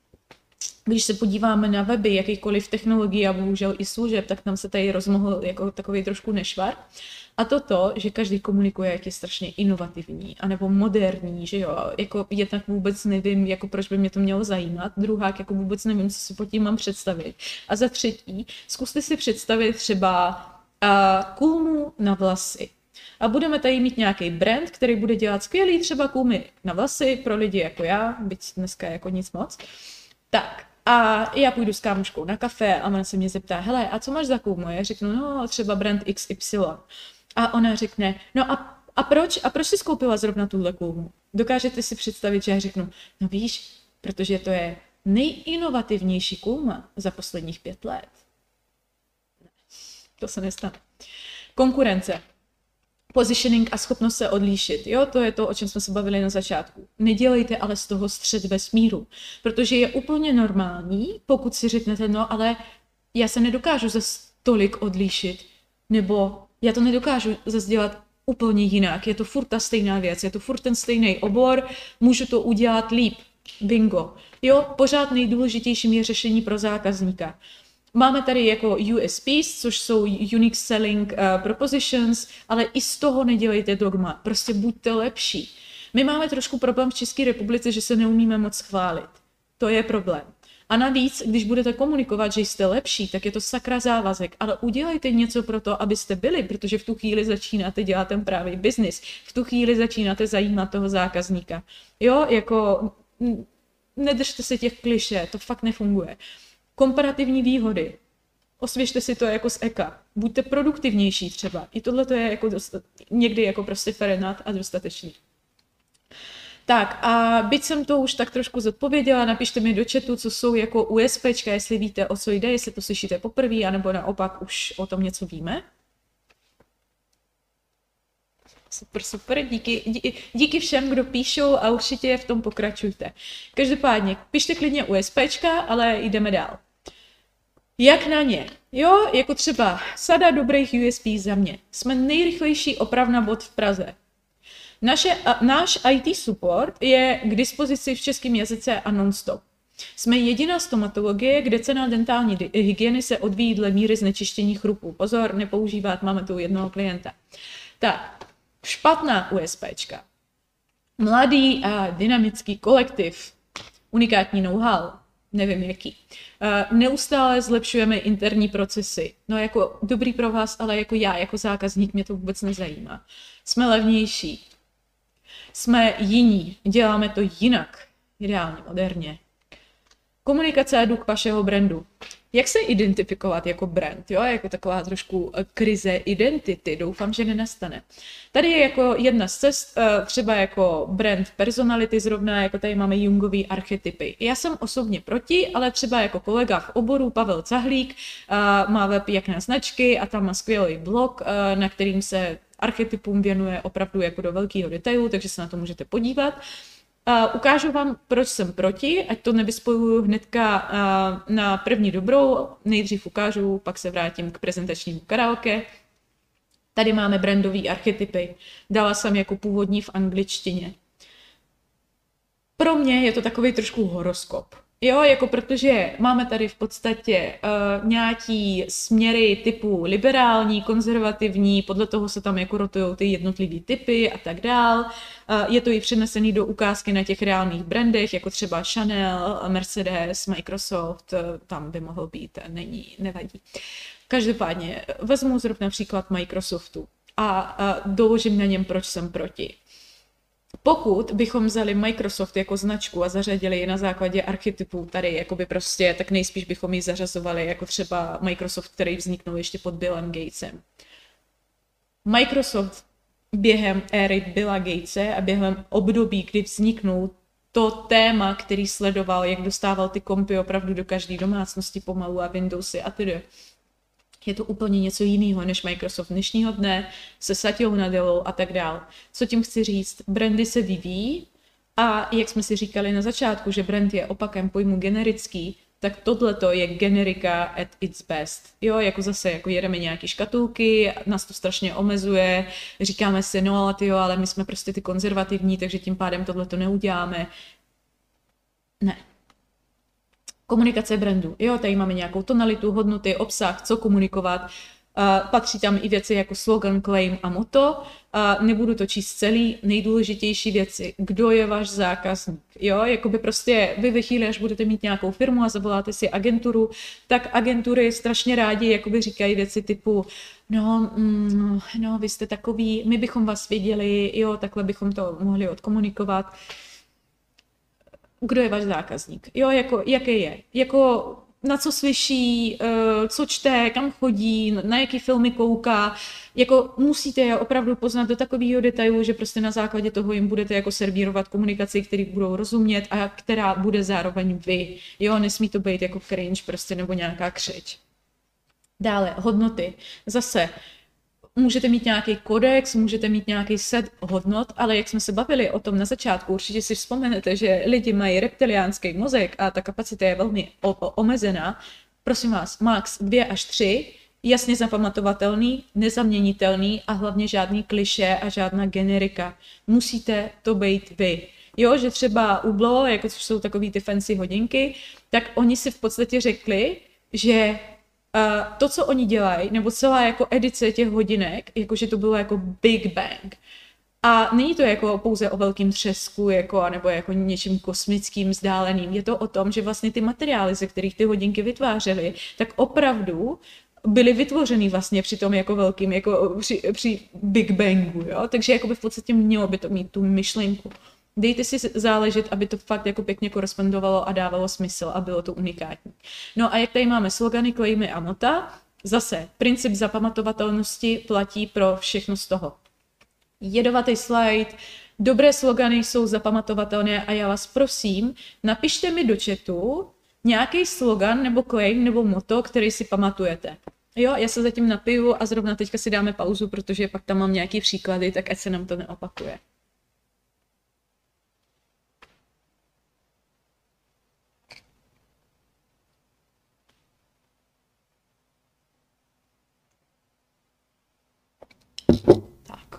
Když se podíváme na weby jakýkoliv technologií a bohužel i služeb, tak tam se tady rozmohl jako takový trošku nešvar. A to, že každý komunikuje, jak je strašně inovativní, anebo moderní, že jo, jako jednak vůbec nevím, jako proč by mě to mělo zajímat, druhák, jako vůbec nevím, co si pod tím mám představit. A za třetí, zkuste si představit třeba kůlmu na vlasy. A budeme tady mít nějaký brand, který bude dělat skvělý třeba kůmy na vlasy pro lidi jako já, byť dneska jako nic moc. Tak, a já půjdu s kámoškou na kafe a ona se mě zeptá, hele, a co máš za kůmu? Já řeknu, no třeba brand XY. A ona řekne, no a proč jsi skoupila zrovna tuhle kůlmu? Dokážete si představit, že já řeknu, no víš, protože to je nejinovativnější kůlma za posledních 5 let. Ne, to se nestane. Konkurence. Positioning a schopnost se odlíšit. Jo, to je to, o čem jsme se bavili na začátku. Nedělejte ale z toho střed vesmíru, protože je úplně normální, pokud si řeknete, no ale já se nedokážu zase tolik odlíšit, nebo já to nedokážu zase dělat úplně jinak, je to furt ta stejná věc, je to furt ten stejný obor, můžu to udělat líp. Bingo. Jo, pořád nejdůležitějším je řešení pro zákazníka. Máme tady jako USPs, což jsou Unique Selling Propositions, ale i z toho nedělejte dogma. Prostě buďte lepší. My máme trošku problém v České republice, že se neumíme moc chválit. To je problém. A navíc, když budete komunikovat, že jste lepší, tak je to sakra závazek, ale udělejte něco pro to, abyste byli, protože v tu chvíli začínáte dělat ten právě biznis. V tu chvíli začínáte zajímat toho zákazníka. Jo, jako nedržte se těch klišé, to fakt nefunguje. Komparativní výhody. Osvěžte si to jako z EKA. Buďte produktivnější třeba. I tohle to je jako někdy jako prostě fair enough a dostatečný. Tak a byť jsem to už tak trošku zodpověděla, napište mi do chatu, co jsou jako USPčka, jestli víte, o co jde, jestli to slyšíte poprvé, anebo naopak už o tom něco víme. Super, super, díky všem, kdo píšou a určitě v tom pokračujte. Každopádně, pište klidně USPčka, ale jdeme dál. Jak na ně? Jo, jako třeba sada dobrých USB za mě. Jsme nejrychlejší opravna bod v Praze. Náš IT support je k dispozici v českém jazyce a non-stop. Jsme jediná stomatologie, kde cena dentální hygieny se odvíjí dle míry znečištění chrupů. Pozor, nepoužívat, máme tu jednoho klienta. Tak, špatná USPčka. Mladý a dynamický kolektiv, unikátní know-how, nevím jaký. Neustále zlepšujeme interní procesy. No jako dobrý pro vás, ale jako já, jako zákazník, mě to vůbec nezajímá. Jsme levnější. Jsme jiní, děláme to jinak, ideálně, moderně. Komunikace a duch vašeho brandu. Jak se identifikovat jako brand, jo? Jako taková trošku krize identity, doufám, že nenastane. Tady je jako jedna z cest, třeba jako brand personality zrovna, jako tady máme Jungový archetypy. Já jsem osobně proti, ale třeba jako kolega v oboru Pavel Cahlík má web Jakné značky a tam má skvělý blog, na kterým se archetypům věnuje opravdu jako do velkého detailu, takže se na to můžete podívat. Ukážu vám, proč jsem proti, ať to nevyspojuju hnedka na první dobrou, nejdřív ukážu, pak se vrátím k prezentačnímu karaoke. Tady máme brandové archetypy, dala jsem jako původní v angličtině. Pro mě je to takový trošku horoskop. Jo, jako protože máme tady v podstatě nějaký směry typu liberální, konzervativní, podle toho se tam jako rotujou ty jednotlivý typy a tak dál. Je to i přenesený do ukázky na těch reálných brandech, jako třeba Chanel, Mercedes, Microsoft, tam by mohl být, nevadí. Každopádně vezmu zrovna příklad Microsoftu a doložím na něm, proč jsem proti. Pokud bychom vzali Microsoft jako značku a zařadili ji na základě archetypů tady, jakoby prostě, tak nejspíš bychom ji zařazovali jako třeba Microsoft, který vzniknul ještě pod Billem Gatesem. Microsoft během éry Billa Gatese a během období, kdy vzniknul to téma, který sledoval, jak dostával ty kompy opravdu do každé domácnosti pomalu a Windowsy a tedy. Je to úplně něco jiného než Microsoft dnešního dne, se Satyou Nadellou a tak dál. Co tím chci říct? Brandy se vyvíjí a jak jsme si říkali na začátku, že brand je opakem pojmu generický, tak tohleto je generika at its best. Jo, jako zase jako jedeme nějaký škatulky, nás to strašně omezuje, říkáme si, no ale tyjo, ale my jsme prostě ty konzervativní, takže tím pádem tohleto neuděláme. Ne. Komunikace brandu. Jo, tady máme nějakou tonalitu, hodnoty, obsah, co komunikovat. Patří tam i věci jako slogan, claim a motto. Nebudu to číst celý, nejdůležitější věci. Kdo je váš zákazník? Jo, jakoby prostě vy ve chvíli, až budete mít nějakou firmu a zavoláte si agenturu, tak agentury strašně rádi jakoby říkají věci typu no, vy jste takový, my bychom vás viděli, jo, takhle bychom to mohli odkomunikovat. Kdo je váš zákazník? Jo, jako jaký je? Jako na co slyší, co čte, kam chodí, na jaký filmy kouká. Jako musíte je opravdu poznat do takového detailu, že prostě na základě toho jim budete jako servírovat komunikaci, který budou rozumět a která bude zároveň vy. Jo, nesmí to být jako cringe prostě nebo nějaká křeč. Dále, hodnoty. Zase, můžete mít nějaký kodex, můžete mít nějaký set hodnot, ale jak jsme se bavili o tom na začátku, určitě si vzpomenete, že lidi mají reptiliánský mozek a ta kapacita je velmi omezená. Prosím vás, max 2 až 3, jasně zapamatovatelný, nezaměnitelný a hlavně žádný klišé a žádná generika. Musíte to být vy. Jo, že třeba Hublot, jako jsou takový ty fancy hodinky, tak oni si v podstatě řekli, že to, co oni dělají, nebo celá jako edice těch hodinek, jakože to bylo jako Big Bang. A není to jako pouze o velkým třesku, jako, nebo jako něčím kosmickým, vzdáleným. Je to o tom, že vlastně ty materiály, ze kterých ty hodinky vytvářely, tak opravdu byly vytvořeny vlastně při tom jako velkým, jako při Big Bangu, jo? Takže jako by v podstatě mělo by to mít tu myšlenku. Dejte si záležet, aby to fakt jako pěkně korespondovalo a dávalo smysl a bylo to unikátní. No a jak tady máme slogany, claimy a mota, zase princip zapamatovatelnosti platí pro všechno z toho. Jedovatý slide, dobré slogany jsou zapamatovatelné a já vás prosím, napište mi do chatu nějaký slogan nebo claim nebo motto, který si pamatujete. Jo, já se zatím napiju a zrovna teďka si dáme pauzu, protože pak tam mám nějaký příklady, tak ať se nám to neopakuje. Tak.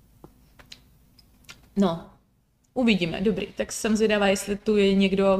No, uvidíme, dobrý. Tak jsem zvědavá, jestli tu je někdo,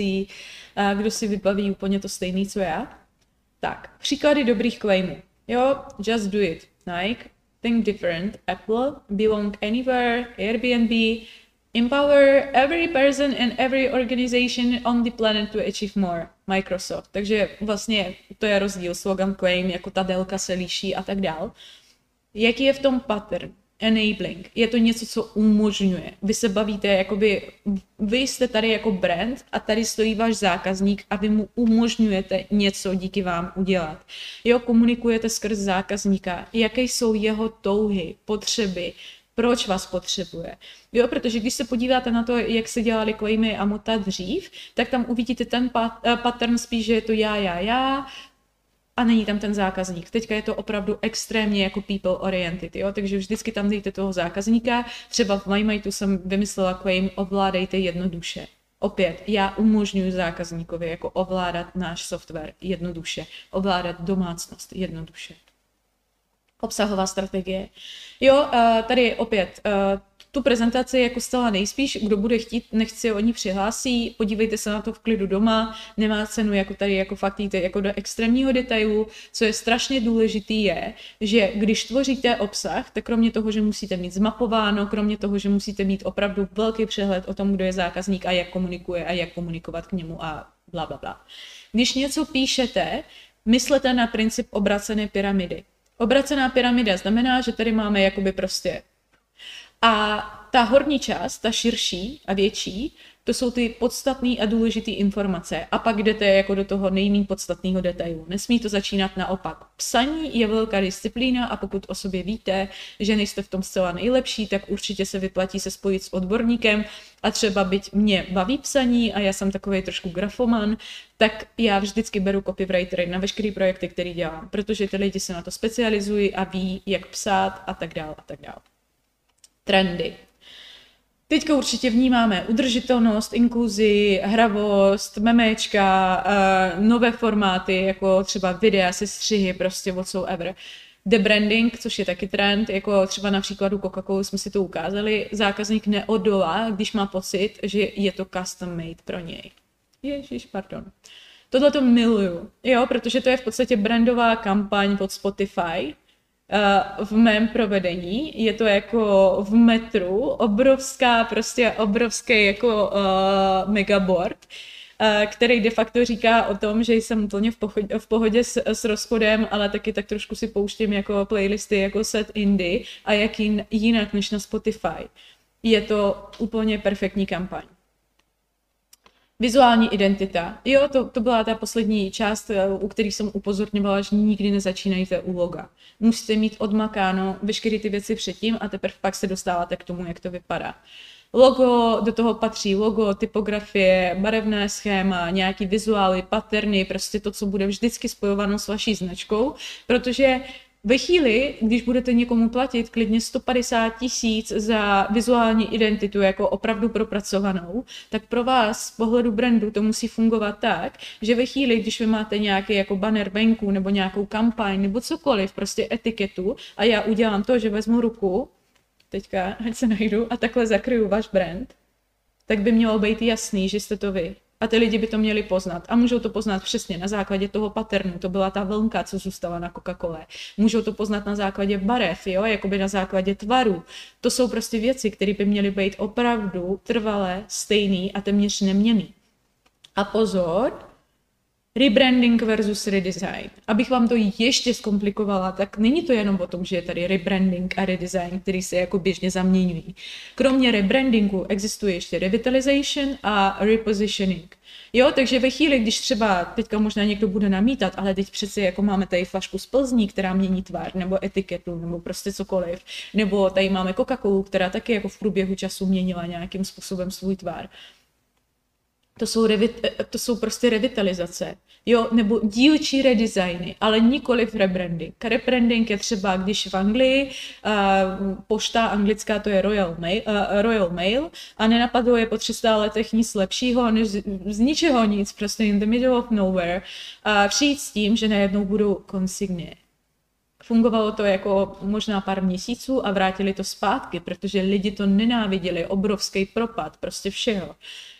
kdo si vybaví úplně to stejný, co já. Tak, příklady dobrých claimů. Jo, just do it. Nike, think different, Apple, belong anywhere, Airbnb, empower every person and every organization on the planet to achieve more, Microsoft. Takže vlastně to je rozdíl, slogan claim, jako ta délka se liší a tak dál. Jaký je v tom pattern? Enabling. Je to něco, co umožňuje. Vy se bavíte, jakoby, vy jste tady jako brand a tady stojí váš zákazník a vy mu umožňujete něco díky vám udělat. Jo, komunikujete skrz zákazníka, jaké jsou jeho touhy, potřeby, proč vás potřebuje. Jo, protože když se podíváte na to, jak se dělali claimy a mota dřív, tak tam uvidíte ten pattern spíš, že je to já, a není tam ten zákazník. Teďka je to opravdu extrémně jako people oriented, jo? Takže vždycky tam dejte toho zákazníka. Třeba v MyMateu jsem vymyslela claim ovládejte jednoduše. Opět, já umožňuji zákazníkovi jako ovládat náš software jednoduše, ovládat domácnost jednoduše. Obsahová strategie. Jo, tady opět tu prezentaci jako zcela nejspíš, kdo bude chtít, nechť si o ní přihlásí, podívejte se na to v klidu doma, nemá cenu jako tady jako fakt jít jako do extrémního detailu. Co je strašně důležitý je, že když tvoříte obsah, tak kromě toho, že musíte mít zmapováno, kromě toho, že musíte mít opravdu velký přehled o tom, kdo je zákazník a jak komunikuje a jak komunikovat k němu a bla, bla, bla. Když něco píšete, myslete na princip obracené pyramidy. Obracená pyramida znamená, že tady máme jakoby prostě a ta horní část, ta širší a větší, to jsou ty podstatné a důležité informace. A pak jdete jako do toho nejméně podstatného detailu. Nesmí to začínat naopak. Psaní je velká disciplína a pokud o sobě víte, že nejste v tom zcela nejlepší, tak určitě se vyplatí se spojit s odborníkem a třeba byť mě baví psaní a já jsem takový trošku grafoman, tak já vždycky beru copywritery na veškeré projekty, které dělám, protože ty lidi se na to specializují a ví, jak psát a tak dál a tak dál. Trendy. Teďka určitě vnímáme udržitelnost, inkluzi, hravost, memečka, nové formáty, jako třeba videa, sestřihy, prostě whatsoever. Debranding, což je taky trend, jako třeba na příkladu Coca-Cola jsme si to ukázali, zákazník neodolá, když má pocit, že je to custom made pro něj. Ježiš, pardon. Tohle to miluju, jo, protože to je v podstatě brandová kampaň pod Spotify, v mém provedení. Je to jako v metru, obrovský jako megaboard, který de facto říká o tom, že jsem úplně v pohodě s rozchodem, ale taky tak trošku si pouštím jako playlisty jako set indie a jak jinak než na Spotify. Je to úplně perfektní kampaň. Vizuální identita. Jo, to byla ta poslední část, u které jsem upozorňovala, že nikdy nezačínejte u loga. Musíte mít odmakáno veškeré ty věci předtím a teprve pak se dostáváte k tomu, jak to vypadá. Logo, do toho patří logo, typografie, barevné schéma, nějaký vizuály, patterny, prostě to, co bude vždycky spojováno s vaší značkou, protože ve chvíli, když budete někomu platit klidně 150 000 za vizuální identitu jako opravdu propracovanou, tak pro vás z pohledu brandu to musí fungovat tak, že ve chvíli, když vy máte nějaký jako banner venku nebo nějakou kampaň nebo cokoliv, prostě etiketu a já udělám to, že vezmu ruku, teďka, ať se najdu a takhle zakryju váš brand, tak by mělo být jasný, že jste to vy. A ty lidi by to měli poznat. A můžou to poznat přesně na základě toho patternu. To byla ta vlnka, co zůstala na Coca-Cole. Můžou to poznat na základě barev, jo, jakoby na základě tvaru. To jsou prostě věci, které by měly být opravdu trvalé, stejný a téměř neměnný. A pozor, rebranding versus redesign. Abych vám to ještě zkomplikovala, tak není to jenom o tom, že je tady rebranding a redesign, který se jako běžně zaměňují. Kromě rebrandingu existuje ještě revitalization a repositioning. Jo, takže ve chvíli, když třeba teďka možná někdo bude namítat, ale teď přeci jako máme tady flašku z Plzní, která mění tvar, nebo etiketu, nebo prostě cokoliv, nebo tady máme Coca-Colu, která taky jako v průběhu času měnila nějakým způsobem svůj tvar. to jsou prostě revitalizace, jo, nebo dílčí redesigny, ale nikoliv rebranding. Rebranding je třeba, když v Anglii pošta anglická, to je Royal Mail a nenapadlo je po 300 letech nic lepšího, než z ničeho nic, prostě in the middle of nowhere, přijít s tím, že najednou budou konsigně. Fungovalo to jako možná pár měsíců a vrátili to zpátky, protože lidi to nenáviděli, obrovský propad, prostě všeho.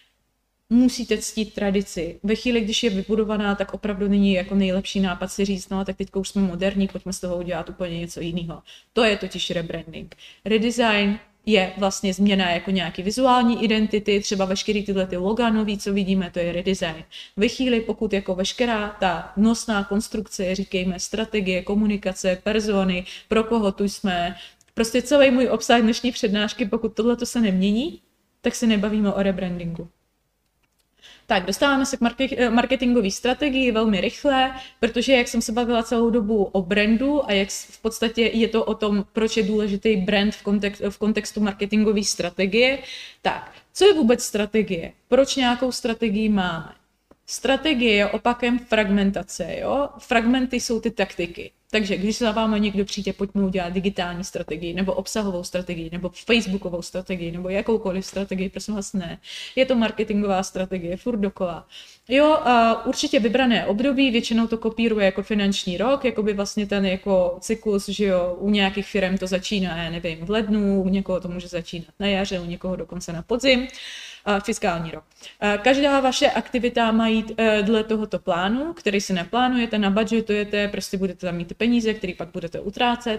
Musíte ctít tradici. Ve chvíli, když je vybudovaná, tak opravdu není jako nejlepší nápad si říct, no tak teďka už jsme moderní, pojďme z toho udělat úplně něco jiného. To je totiž rebranding. Redesign je vlastně změna jako nějaký vizuální identity, třeba veškerý tyhle ty loga nový, co vidíme, to je redesign. Ve chvíli, pokud jako veškerá ta nosná konstrukce, říkejme strategie, komunikace, persony, pro koho tu jsme, prostě celý můj obsah dnešní přednášky, pokud tohleto se nemění, tak se nebavíme o rebrandingu. Tak, dostáváme se k marketingové strategii velmi rychle, protože jak jsem se bavila celou dobu o brandu a jak v podstatě je to o tom, proč je důležitý brand v kontextu marketingové strategie, tak co je vůbec strategie? Proč nějakou strategii máme? Strategie je opakem fragmentace, jo? Fragmenty jsou ty taktiky. Takže když za váma někdo přijde, pojďme udělat digitální strategii, nebo obsahovou strategii, nebo facebookovou strategii, nebo jakoukoliv strategii, prosím vás, ne. Je to marketingová strategie, furt dokola. Jo, určitě vybrané období, většinou to kopíruje jako finanční rok, jako by vlastně ten jako cyklus, že jo, u nějakých firm to začíná, já nevím, v lednu, u někoho to může začínat na jaře, u někoho dokonce na podzim. Fiskální rok. Každá vaše aktivita má jít dle tohoto plánu, který si naplánujete, nabudgetujete, prostě budete tam mít peníze, které pak budete utrácet.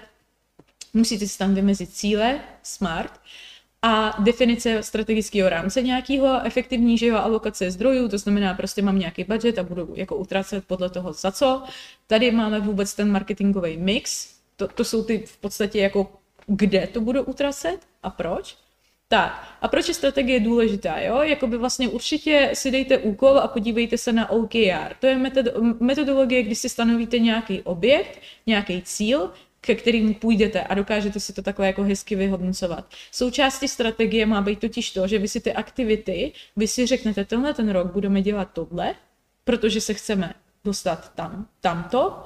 Musíte si tam vymezit cíle, smart, a definice strategického rámce nějakého, efektivní, že jo, alokace zdrojů, to znamená prostě mám nějaký budget a budu jako utrácet podle toho za co. Tady máme vůbec ten marketingový mix, to jsou ty v podstatě jako kde to budu utrácet a proč. Tak, a proč je strategie důležitá, jo? Jakoby vlastně určitě si dejte úkol a podívejte se na OKR. To je metodologie, kdy si stanovíte nějaký objekt, nějaký cíl, ke kterému půjdete a dokážete si to takhle jako hezky vyhodnocovat. Součástí strategie má být totiž to, že vy si ty aktivity, vy si řeknete, tenhle ten rok budeme dělat tohle, protože se chceme dostat tamto,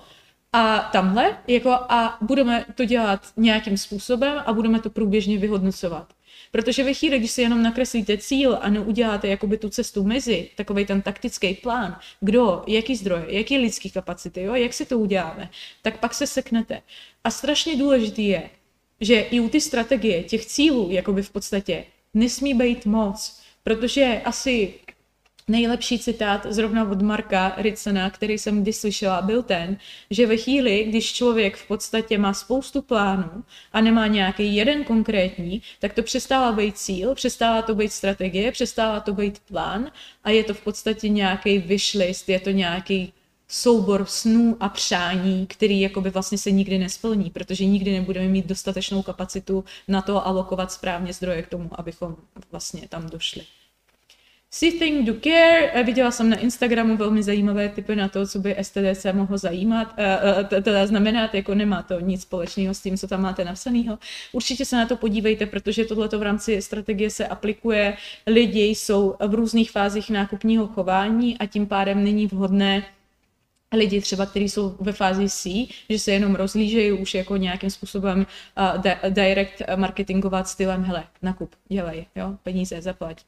a tamhle, jako a budeme to dělat nějakým způsobem a budeme to průběžně vyhodnocovat. Protože ve chvíli, když si jenom nakreslíte cíl a neuděláte jakoby tu cestu mezi, takovej ten taktický plán, kdo, jaký zdroje, jaký lidský kapacity, jo, jak si to uděláme, tak pak se seknete. A strašně důležitý je, že i u ty strategie, těch cílů, jakoby v podstatě, nesmí být moc, protože asi nejlepší citát zrovna od Marka Ritsena, který jsem kdy slyšela, byl ten, že ve chvíli, když člověk v podstatě má spoustu plánů a nemá nějaký jeden konkrétní, tak to přestává být cíl, přestává to být strategie, přestává to být plán a je to v podstatě nějaký wishlist, je to nějaký soubor snů a přání, který jakoby vlastně se nikdy nesplní, protože nikdy nebudeme mít dostatečnou kapacitu na to alokovat správně zdroje k tomu, abychom vlastně tam došli. See, think, do care. Viděla jsem na Instagramu velmi zajímavé typy na to, co by STDC mohlo zajímat. Teda znamenat, jako nemá to nic společného s tím, co tam máte napsaného. Určitě se na to podívejte, protože tohleto v rámci strategie se aplikuje. Lidi jsou v různých fázích nákupního chování a tím pádem není vhodné lidi třeba, kteří jsou ve fázi C, že se jenom rozlížejí už jako nějakým způsobem direct marketingovat stylem, hele, nakup, dělej, jo, peníze, zaplať.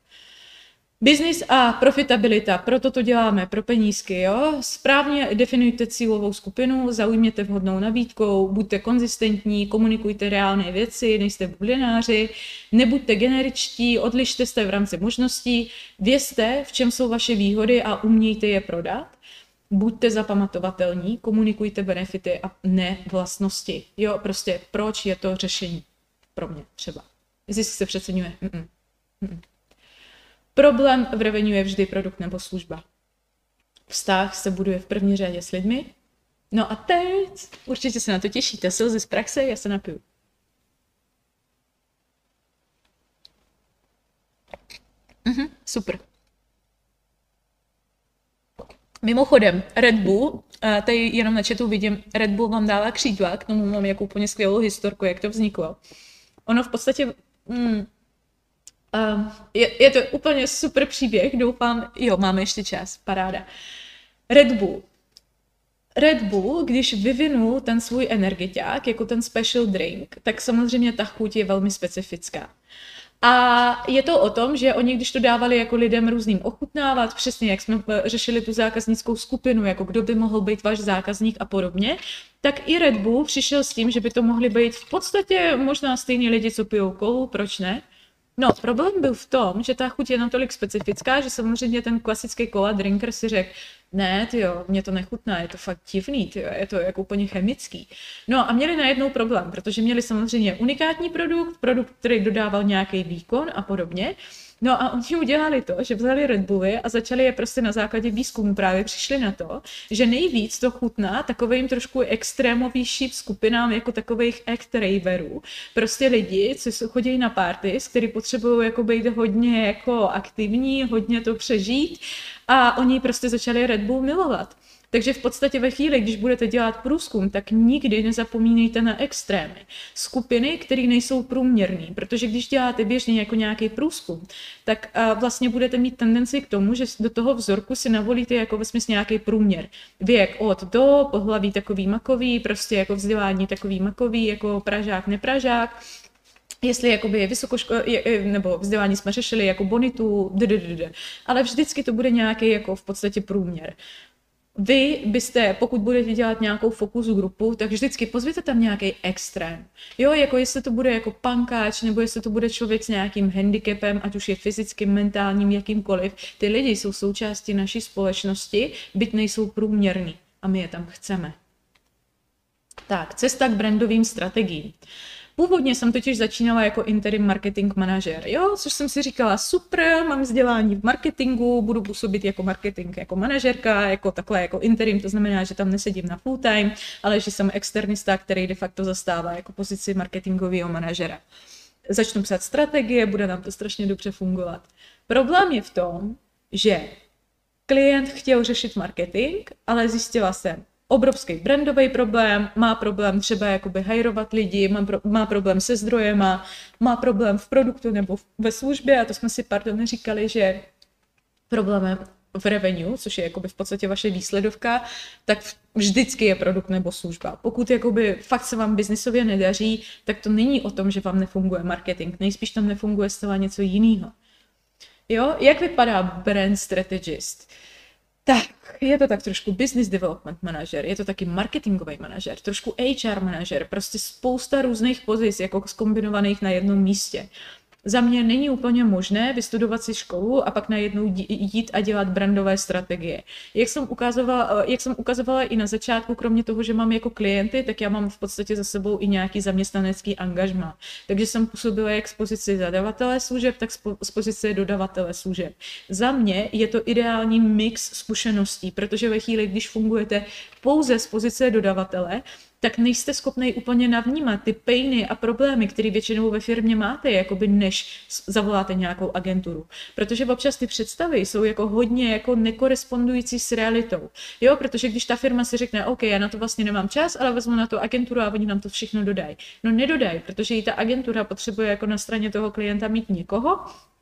Business a profitabilita, proto to děláme, pro penízky, jo. Správně definujte cílovou skupinu, zaujměte vhodnou nabídkou, buďte konzistentní, komunikujte reálné věci, nejste bublináři, nebuďte generičtí, odlište se v rámci možností, vězte, v čem jsou vaše výhody a umějte je prodat. Buďte zapamatovatelní, komunikujte benefity a ne vlastnosti. Jo, prostě proč je to řešení pro mě třeba. Zisk se přeceňuje. Problém v revenue je vždy produkt nebo služba. Vztah se buduje v první řadě s lidmi. No a teď, určitě se na to těšíte, slzy z praxe, já se napiju. Super. Mimochodem, Red Bull, tady jenom na chatu vidím, Red Bull vám dává křídla, k tomu mám jako úplně skvělou historku, jak to vzniklo. Ono v podstatě Je to úplně super příběh, doufám, jo, máme ještě čas, paráda. Red Bull. Red Bull, když vyvinul ten svůj energiťák, jako ten special drink, tak samozřejmě ta chuť je velmi specifická. A je to o tom, že oni, když to dávali jako lidem různým ochutnávat, přesně jak jsme řešili tu zákaznickou skupinu, jako kdo by mohl být váš zákazník a podobně, tak i Red Bull přišel s tím, že by to mohli být v podstatě možná stejní lidi, co pijou kolu, proč ne? No, problém byl v tom, že ta chuť je natolik specifická, že samozřejmě ten klasický cola drinker si řekl, ne, tyjo, mě to nechutná, je to fakt divný, tyjo, je to jako úplně chemický. No a měli najednou problém, protože měli samozřejmě unikátní produkt, který dodával nějaký výkon a podobně. No a oni udělali to, že vzali Red Bully a začali je prostě na základě výzkumu právě přišli na to, že nejvíc to chutná takovým trošku extrémovějším skupinám jako takových act-raverů. Prostě lidi, co chodí na parties, kteří potřebují jako být hodně jako aktivní, hodně to přežít a oni prostě začali Red Bull milovat. Takže v podstatě ve chvíli, když budete dělat průzkum, tak nikdy nezapomínejte na extrémy. Skupiny, které nejsou průměrné, protože když děláte běžně jako nějaký průzkum, tak vlastně budete mít tendenci k tomu, že do toho vzorku si navolíte jako ve smyslu nějaký průměr. Věk od do, pohlaví takový makový, prostě jako vzdělání takový makový, jako Pražák, nepražák. Jestli jakoby je nebo vzdělání jsme řešili jako bonitu, ale vždycky to bude nějaký jako v podstatě průměr. Vy byste, pokud budete dělat nějakou fokus grupu, tak vždycky pozvěte tam nějaký extrém. Jo, jako jestli to bude jako pankáč, nebo jestli to bude člověk s nějakým handicapem, ať už je fyzickým, mentálním, jakýmkoliv. Ty lidi jsou součástí naší společnosti, byť nejsou průměrní a my je tam chceme. Tak, cesta k brandovým strategiím. Původně jsem totiž začínala jako interim marketing manažer, jo, což jsem si říkala, super, mám vzdělání v marketingu, budu působit jako marketing, jako manažerka, jako takhle jako interim, to znamená, že tam nesedím na full time, ale že jsem externista, který de facto zastává jako pozici marketingového manažera. Začnu psát strategie, bude nám to strašně dobře fungovat. Problém je v tom, že klient chtěl řešit marketing, ale zjistila jsem, obrovský brandový problém, má problém třeba jakoby hajrovat lidi, má problém se zdrojema, má problém v produktu nebo ve službě a to jsme si, říkali, že problémem v revenue, což je jakoby v podstatě vaše výsledovka, tak vždycky je produkt nebo služba. Pokud jakoby fakt se vám biznisově nedaří, tak to není o tom, že vám nefunguje marketing, nejspíš tam nefunguje zcela něco jiného. Jo, jak vypadá brand strategist? Tak, je to tak trošku business development manažer, je to taky marketingový manažer, trošku HR manažer, prostě spousta různých pozic, jako zkombinovaných na jednom místě. Za mě není úplně možné vystudovat si školu a pak najednou jít a dělat brandové strategie. Jak jsem ukazovala i na začátku, kromě toho, že mám jako klienty, tak já mám v podstatě za sebou i nějaký zaměstnanecký angažmá. Takže jsem působila jak z pozice zadavatele služeb, tak z pozice dodavatele služeb. Za mě je to ideální mix zkušeností, protože ve chvíli, když fungujete pouze z pozice dodavatele, tak nejste schopný úplně navnímat ty painy a problémy, které většinou ve firmě máte, jakoby než zavoláte nějakou agenturu. Protože občas ty představy jsou jako hodně jako nekorespondující s realitou. Jo, protože když ta firma si řekne, OK, já na to vlastně nemám čas, ale vezmu na to agenturu a oni nám to všechno dodají. No nedodají, protože i ta agentura potřebuje jako na straně toho klienta mít někoho,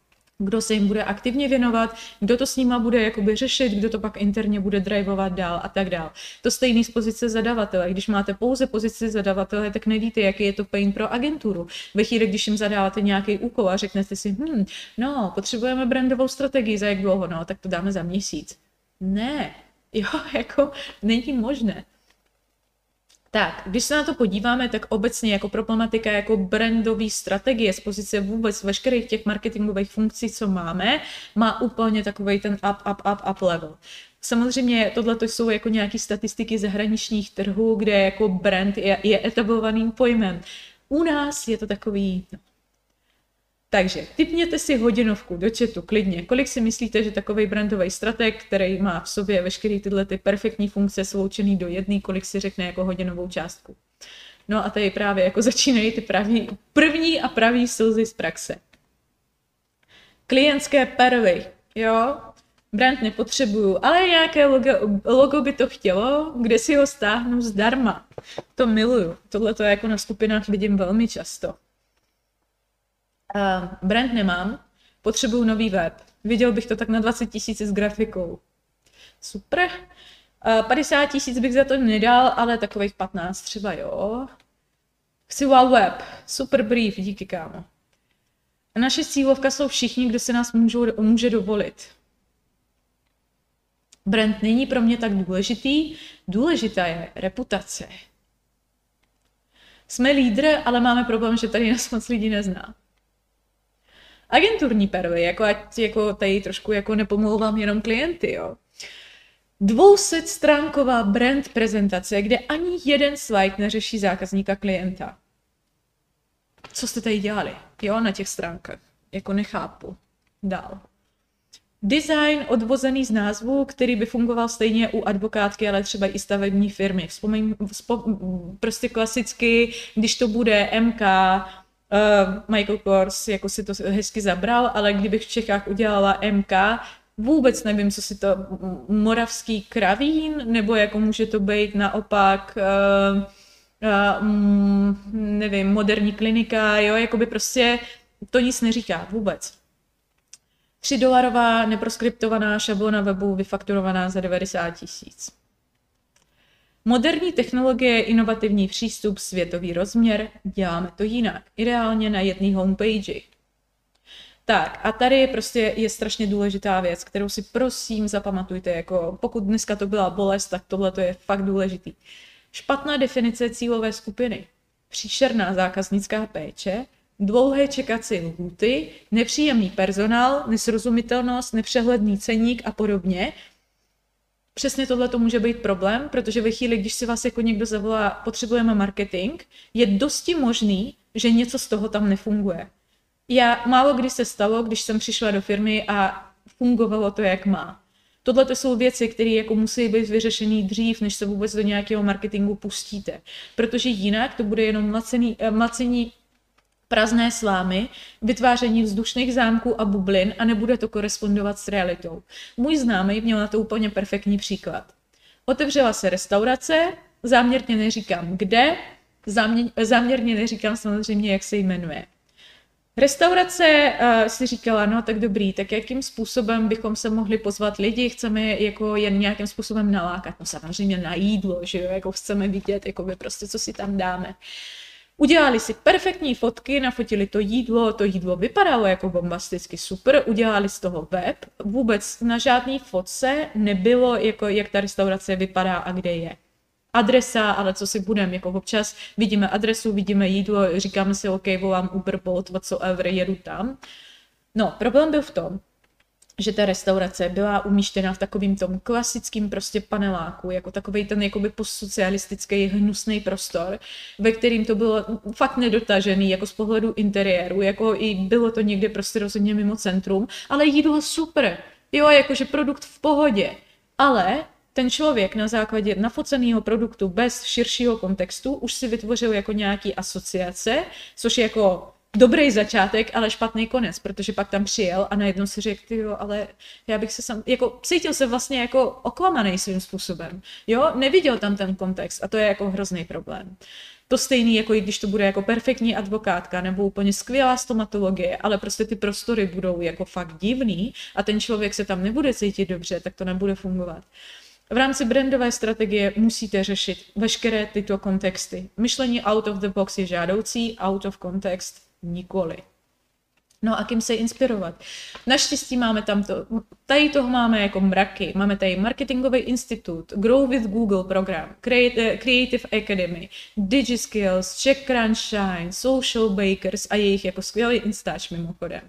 kdo se jim bude aktivně věnovat, kdo to s nima bude jakoby řešit, kdo to pak interně bude drivovat dál a tak dál. To stejný z pozice zadavatele. Když máte pouze pozici zadavatele, tak nevíte, jaký je to pain pro agenturu. Ve chvíli, když jim zadáváte nějaký úkol a řeknete si, no, potřebujeme brandovou strategii, za jak dlouho, no, tak to dáme za měsíc. Ne, jo, jako není možné. Tak, když se na to podíváme, tak obecně jako problematika jako brandové strategie z pozice vůbec veškerých těch marketingových funkcí, co máme, má úplně takovej ten up level. Samozřejmě tohle jsou jako nějaké statistiky zahraničních trhů, kde jako brand je etablovaným pojmem. U nás je to takový... Takže tipněte si hodinovku do chatu klidně. Kolik si myslíte, že takovej brandový strateg, který má v sobě veškeré tyhle ty perfektní funkce sloučený do jedné, kolik si řekne jako hodinovou částku. No a tady právě jako začínají ty první a pravý slzy z praxe. Klientské perly, jo? Brand nepotřebuju, ale nějaké logo by to chtělo, kde si ho stáhnu zdarma. To miluju. Tohle to jako na skupinách vidím velmi často. Brand nemám, potřebuju nový web. Viděl bych to tak na 20 000 s grafikou. Super. 50 000 bych za to nedal, ale takových 15 třeba jo. Chci wow web. Super brief, díky kámo. A naše cílovka jsou všichni, kdo se nás může dovolit. Brand není pro mě tak důležitý, důležitá je reputace. Jsme lídr, ale máme problém, že tady nás moc lidí nezná. Agenturní perly, jako tady trošku jako nepomlouvám jenom klienty, jo. 200stránková brand prezentace, kde ani jeden slide neřeší zákazníka klienta. Co jste tady dělali, jo, na těch stránkách? Jako nechápu. Dál. Design odvozený z názvu, který by fungoval stejně u advokátky, ale třeba i stavební firmy. Prostě klasicky, když to bude MK, Michael Kors, jako si to hezky zabral, ale kdybych v Čechách udělala MK, vůbec nevím, co si to, moravský kravín, nebo jako může to být naopak, nevím, moderní klinika, jo, jakoby prostě to nic neříká vůbec. $3 neproskriptovaná šablona webu vyfakturovaná za 90 000. Moderní technologie, inovativní přístup, světový rozměr, děláme to jinak, ideálně na jedné homepage. Tak a tady prostě je strašně důležitá věc, kterou si prosím zapamatujte, jako pokud dneska to byla bolest, tak tohle to je fakt důležitý. Špatná definice cílové skupiny, příšerná zákaznická péče, dlouhé čekací lhůty, nepříjemný personál, nesrozumitelnost, nepřehledný ceník a podobně. Přesně tohle to může být problém, protože ve chvíli, když si vás jako někdo zavolá, potřebujeme marketing, je dosti možný, že něco z toho tam nefunguje. Málo kdy se stalo, když jsem přišla do firmy a fungovalo to, jak má. Tohle to jsou věci, které jako musí být vyřešený dřív, než se vůbec do nějakého marketingu pustíte. Protože jinak to bude jenom mlacení prázdné slámy, vytváření vzdušných zámků a bublin a nebude to korespondovat s realitou. Můj známý měl na to úplně perfektní příklad. Otevřela se restaurace, záměrně neříkám kde, záměrně neříkám samozřejmě, jak se jmenuje. Restaurace si říkala, no tak dobrý, tak jakým způsobem bychom se mohli pozvat lidi, chceme jako jen nějakým způsobem nalákat, no samozřejmě na jídlo, že jo, jako chceme vidět, jako by prostě, co si tam dáme. Udělali si perfektní fotky, nafotili to jídlo vypadalo jako bombasticky super, udělali z toho web, vůbec na žádný fotce nebylo, jako jak ta restaurace vypadá a kde je. Adresa, ale co si budeme, jako občas vidíme adresu, vidíme jídlo, říkáme si, OK, volám Uber, Bolt, whatsoever, jedu tam. No, problém byl v tom, že ta restaurace byla umístěna v takovým tom klasickým prostě paneláku, jako takovej ten jakoby postsocialistický hnusný prostor, ve kterým to bylo fakt nedotažený, jako z pohledu interiéru, jako i bylo to někde prostě rozhodně mimo centrum, ale jídlo super, jo, jakože produkt v pohodě, ale ten člověk na základě nafoceného produktu bez širšího kontextu už si vytvořil jako nějaký asociace, což je jako dobrý začátek, ale špatný konec, protože pak tam přijel a najednou si řekl, tyjo, ale já bych se jako cítil se vlastně jako oklamaný svým způsobem, jo, neviděl tam ten kontext a to je jako hrozný problém. To stejný, jako i když to bude jako perfektní advokátka nebo úplně skvělá stomatologie, ale prostě ty prostory budou jako fakt divný a ten člověk se tam nebude cítit dobře, tak to nebude fungovat. V rámci brandové strategie musíte řešit veškeré tyto kontexty. Myšlení out of the box je žádoucí, out of context nikoli. No a kým se inspirovat? Naštěstí máme tady toho máme jako mraky. Máme tady Marketingový institut, Grow with Google program, Creative Academy, DigiSkills, Czech Crunch Shine, Social Bakers a jejich jako skvělý instač mimochodem.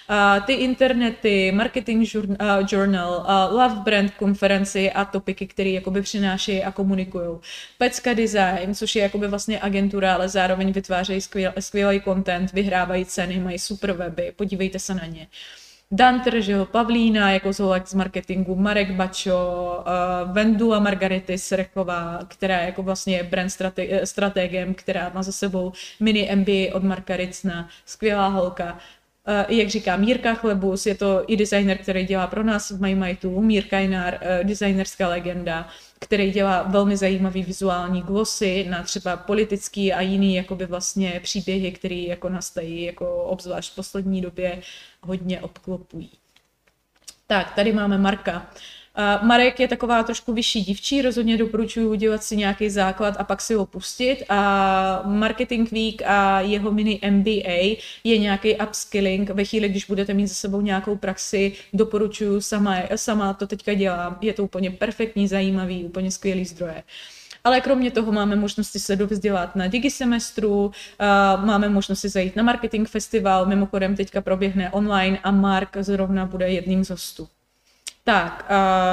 Ty internety, Marketing Journal, Love Brand konferenci a topiky, které jakoby přinášejí a komunikují. Pecka Design, což je jakoby vlastně agentura, ale zároveň vytvářejí skvělý content, vyhrávají ceny, mají super weby. Podívejte se na ně. Danter, že jo, Pavlína, jako zoolog z marketingu, Marek Bačo, Vendula Margarity Srechová, která jako vlastně je brand strategem, která má za sebou mini MBA od Marka Ricna, skvělá holka. Jak říkám, Jirka Chlebus, je to i designer, který dělá pro nás v MyMightu, Mír Kajnár, designerská legenda, který dělá velmi zajímavý vizuální glosy na třeba politický a jiný jakoby vlastně příběhy, které jako nastají, jako obzvlášť v poslední době hodně obklopují. Tak, tady máme Marka. Marek je taková trošku vyšší dívčí, rozhodně doporučuji udělat si nějaký základ a pak si ho pustit. A Marketing Week a jeho mini MBA je nějaký upskilling. Ve chvíli, když budete mít za sebou nějakou praxi, doporučuji, sama to teďka dělám. Je to úplně perfektní, zajímavý, úplně skvělý zdroje. Ale kromě toho máme možnosti se dovzdělat na digisemestru, máme možnosti zajít na marketing festival, mimochodem teďka proběhne online a Mark zrovna bude jedním z hostů. Tak,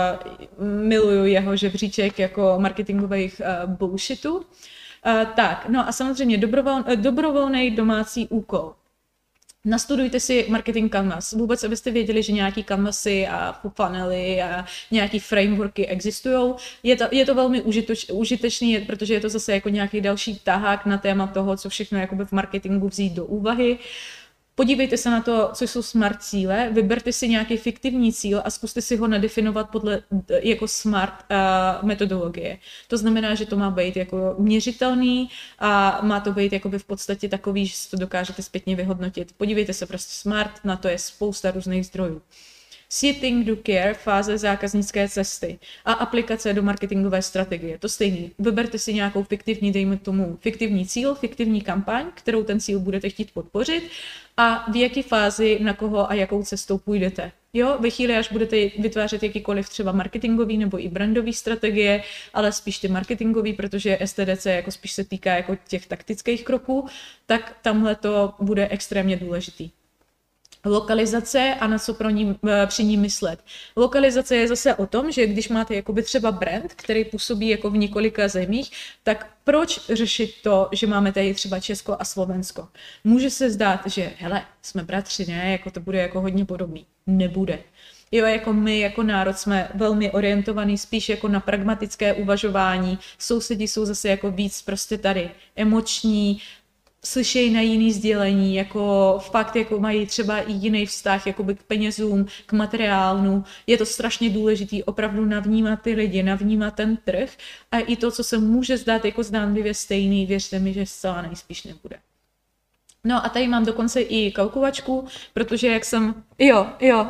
miluju jeho žebříček jako marketingových bullshitů. Tak, no a samozřejmě dobrovolný domácí úkol. Nastudujte si marketing canvas. Vůbec, abyste věděli, že nějaký canvasy a funnely a nějaký frameworky existují. Je to velmi užitečný, protože je to zase jako nějaký další tahák na téma toho, co všechno jakoby v marketingu vzít do úvahy. Podívejte se na to, co jsou smart cíle, vyberte si nějaký fiktivní cíl a zkuste si ho nadefinovat podle jako smart metodologie. To znamená, že to má být jako měřitelný a má to být jakoby v podstatě takový, že si to dokážete zpětně vyhodnotit. Podívejte se prostě smart, na to je spousta různých zdrojů. Setting do care, fáze zákaznické cesty a aplikace do marketingové strategie. To stejný. Vyberte si nějakou fiktivní, dejme tomu fiktivní cíl, fiktivní kampaň, kterou ten cíl budete chtít podpořit a v jaké fázi, na koho a jakou cestou půjdete. Jo, ve chvíli, až budete vytvářet jakýkoliv třeba marketingový nebo i brandový strategie, ale spíš ty marketingový, protože STDC jako spíš se týká jako těch taktických kroků, tak tamhle to bude extrémně důležitý. Lokalizace a na co při ní myslet. Lokalizace je zase o tom, že když máte jakoby třeba brand, který působí jako v několika zemích, tak proč řešit to, že máme tady třeba Česko a Slovensko? Může se zdát, že hele, jsme bratři, ne, jako to bude jako hodně podobný. Nebude. Jo, jako my, jako národ jsme velmi orientovaný spíš jako na pragmatické uvažování. Sousedi jsou zase jako víc prostě tady emoční, slyšejí na jiný sdělení, jako fakt jako mají třeba i jiný vztah jakoby k penězům, k materiálnu. Je to strašně důležitý opravdu navnímat ty lidi, navnímat ten trh a i to, co se může zdát jako zdánlivě stejný, věřte mi, že zcela nejspíš nebude. No a tady mám dokonce i kalkulačku, protože jak jsem, jo,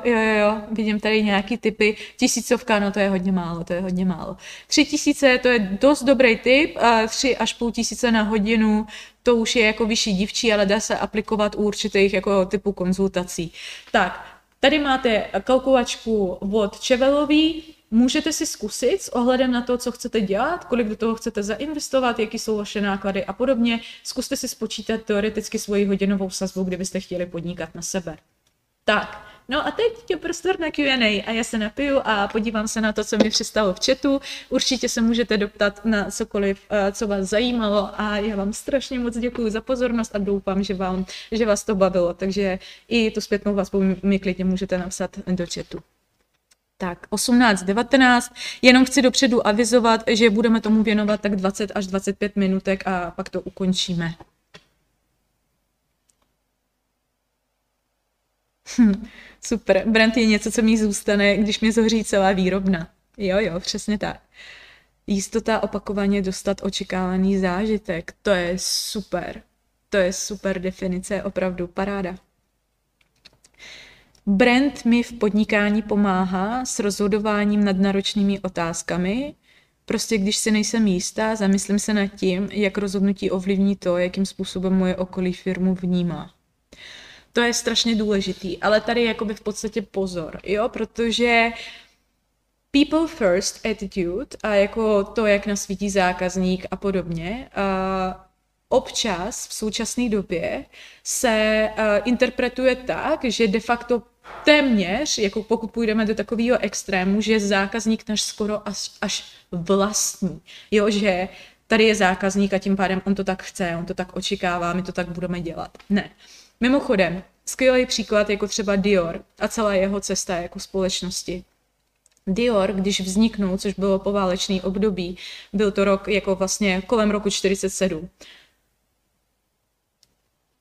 vidím tady nějaký typy, 1000, no to je hodně málo. 3000, to je dost dobrý tip, 3 až 500 na hodinu, to už je jako vyšší dívčí, ale dá se aplikovat u určitých jako typu konzultací. Tak, tady máte kalkulačku od Čevelový, můžete si zkusit s ohledem na to, co chcete dělat, kolik do toho chcete zainvestovat, jaký jsou vaše náklady a podobně. Zkuste si spočítat teoreticky svoji hodinovou sazbu, kdybyste chtěli podnikat na sebe. Tak, no a teď je prostor na Q&A a já se napiju a podívám se na to, co mi přistalo v chatu. Určitě se můžete doptat na cokoliv, co vás zajímalo a já vám strašně moc děkuji za pozornost a doufám, že vás to bavilo. Takže i tu zpětnou vazbu mi klidně můžete napsat do chatu. Tak, 18:19, jenom chci dopředu avizovat, že budeme tomu věnovat tak 20 až 25 minutek a pak to ukončíme. Super, brand je něco, co mi zůstane, když mi zohří celá výrobna. Jo, přesně tak. Jistota opakovaně dostat očekávaný zážitek, to je super. To je super definice, opravdu paráda. Brand mi v podnikání pomáhá s rozhodováním nad náročnými otázkami. Prostě když si nejsem jistá, zamyslím se nad tím, jak rozhodnutí ovlivní to, jakým způsobem moje okolí firmu vnímá. To je strašně důležitý, ale tady jakoby v podstatě pozor, jo, protože people first attitude a jako to, jak nás vidí zákazník a podobně, občas v současné době se interpretuje tak, že de facto téměř, jako pokud půjdeme do takového extrému, že je zákazník náš skoro až vlastní. Jo, že tady je zákazník a tím pádem on to tak chce, on to tak očekává, my to tak budeme dělat. Ne. Mimochodem, skvělý příklad jako třeba Dior a celá jeho cesta jako společnosti. Dior, když vzniknul, což bylo poválečný období, byl to rok jako vlastně kolem roku 47.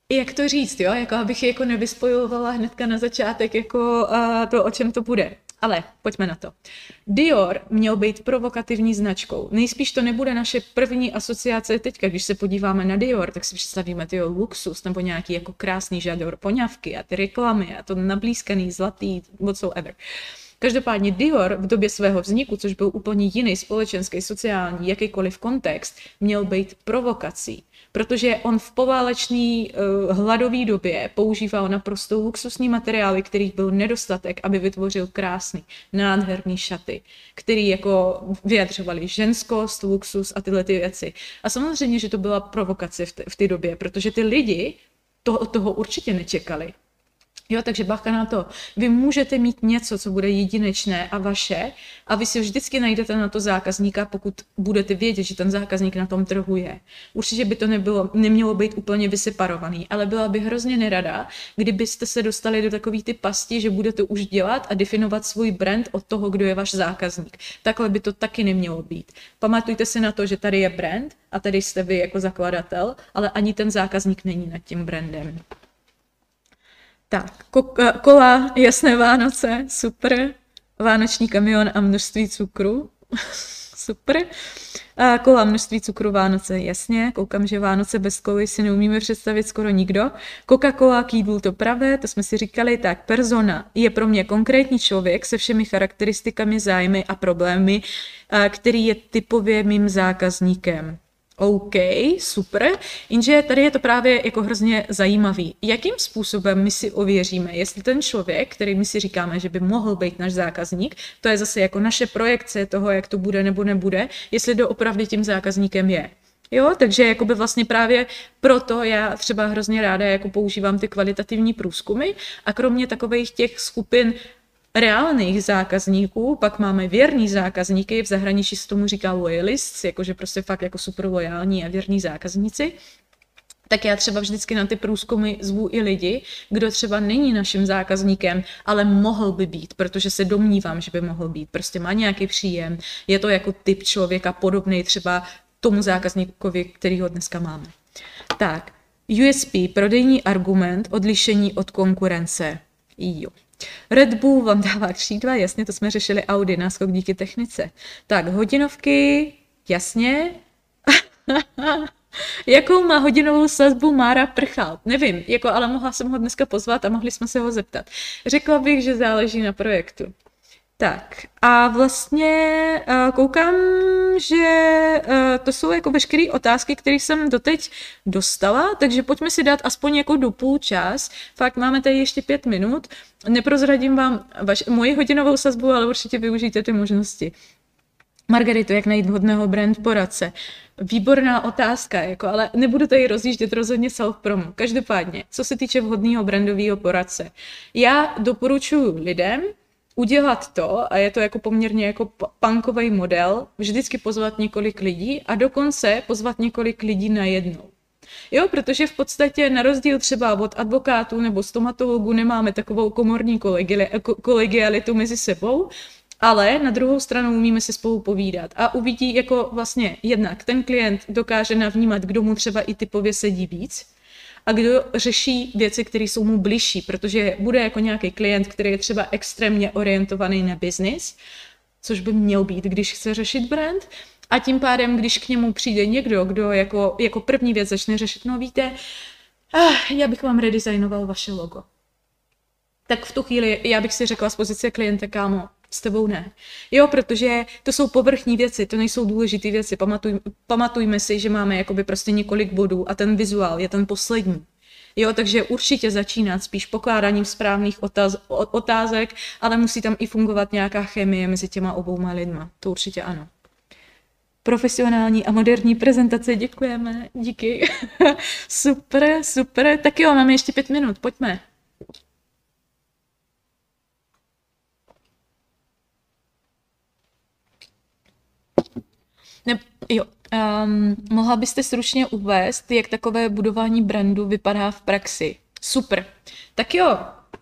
jak to říct, jo, jako abych jako nevyspojovala hnedka na začátek jako to, o čem to bude. Ale pojďme na to. Dior měl být provokativní značkou. Nejspíš to nebude naše první asociace teďka, když se podíváme na Dior, tak si představíme tyjo luxus nebo nějaký jako krásný žador poňavky a ty reklamy a to nablízkaný zlatý whatsoever. Každopádně Dior v době svého vzniku, což byl úplně jiný společenský, sociální, jakýkoliv kontext, měl být provokací. Protože on v poválečné hladové době používal naprosto luxusní materiály, kterých byl nedostatek, aby vytvořil krásný, nádherný šaty, který jako vyjadřovali ženskost, luxus a tyhle ty věci. A samozřejmě, že to byla provokace v té době, protože ty lidi toho určitě nečekali. Jo, takže bacha na to. Vy můžete mít něco, co bude jedinečné a vaše a vy si vždycky najdete na to zákazníka, pokud budete vědět, že ten zákazník na tom trhu je. Určitě by to nemělo být úplně vyseparovaný, ale byla bych hrozně nerada, kdybyste se dostali do takový ty pasti, že budete už dělat a definovat svůj brand od toho, kdo je váš zákazník. Takhle by to taky nemělo být. Pamatujte si na to, že tady je brand a tady jste vy jako zakladatel, ale ani ten zákazník není nad tím brandem. Tak, kola, jasné Vánoce, super. Vánoční kamion a množství cukru, super. Kola, množství cukru, Vánoce, jasně. Koukám, že Vánoce bez koly si neumíme představit skoro nikdo. Coca-Cola k jídlu to pravé, to jsme si říkali. Tak, persona je pro mě konkrétní člověk se všemi charakteristikami, zájmy a problémy, který je typově mým zákazníkem. OK, super, jenže tady je to právě jako hrozně zajímavý. Jakým způsobem my si ověříme, jestli ten člověk, který my si říkáme, že by mohl být náš zákazník, to je zase jako naše projekce toho, jak to bude nebo nebude, jestli doopravdy tím zákazníkem je. Jo, takže jakoby vlastně právě proto já třeba hrozně ráda jako používám ty kvalitativní průzkumy a kromě takových těch skupin reálných zákazníků, pak máme věrní zákazníky, v zahraničí se tomu říká loyalists, jakože prostě fakt jako super lojální a věrní zákazníci, tak já třeba vždycky na ty průzkumy zvu i lidi, kdo třeba není naším zákazníkem, ale mohl by být, protože se domnívám, že by mohl být. Prostě má nějaký příjem, je to jako typ člověka podobný třeba tomu zákazníkovi, kterýho dneska máme. Tak, USP, prodejní argument, odlišení od konkurence. Jo. Red Bull vám dává křídla, jasně, to jsme řešili Audi, náskok díky technice. Tak, hodinovky, jasně. Jakou má hodinovou sazbu Mára Prchal? Nevím, jako, ale mohla jsem ho dneska pozvat a mohli jsme se ho zeptat. Řekla bych, že záleží na projektu. Tak a vlastně koukám, že to jsou jako veškeré otázky, které jsem doteď dostala, takže pojďme si dát aspoň jako do půl čas. Fakt máme tady ještě 5 minut. Neprozradím vám moji hodinovou sazbu, ale určitě využijte ty možnosti. Margarito, jak najít vhodného brand poradce? Výborná otázka, jako, ale nebudu tady rozjíždět rozhodně self-promo. Každopádně, co se týče vhodného brandového poradce, já doporučuji lidem udělat to, a je to jako poměrně jako punkový model, vždycky pozvat několik lidí a dokonce pozvat několik lidí najednou. Jo, protože v podstatě na rozdíl třeba od advokátů nebo stomatologů nemáme takovou komorní kolegialitu mezi sebou, ale na druhou stranu umíme si spolu povídat a uvidí jako vlastně jednak ten klient dokáže navnímat, kdo mu třeba i typově sedí víc, a kdo řeší věci, které jsou mu bližší, protože bude jako nějaký klient, který je třeba extrémně orientovaný na business, což by měl být, když chce řešit brand. A tím pádem, když k němu přijde někdo, kdo jako první věc začne řešit, no víte, já bych vám redesignoval vaše logo. Tak v tu chvíli já bych si řekla z pozice klienta, kámo, s tebou ne. Jo, protože to jsou povrchní věci, to nejsou důležité věci. Pamatujme si, že máme jakoby prostě několik bodů a ten vizuál je ten poslední. Jo, takže určitě začínat spíš pokládáním správných otázek, ale musí tam i fungovat nějaká chemie mezi těma obouma lidma. To určitě ano. Profesionální a moderní prezentace, děkujeme, díky. Super, super. Tak jo, máme ještě 5 minut, pojďme. Mohla byste stručně uvést, jak takové budování brandu vypadá v praxi? Super. Tak jo,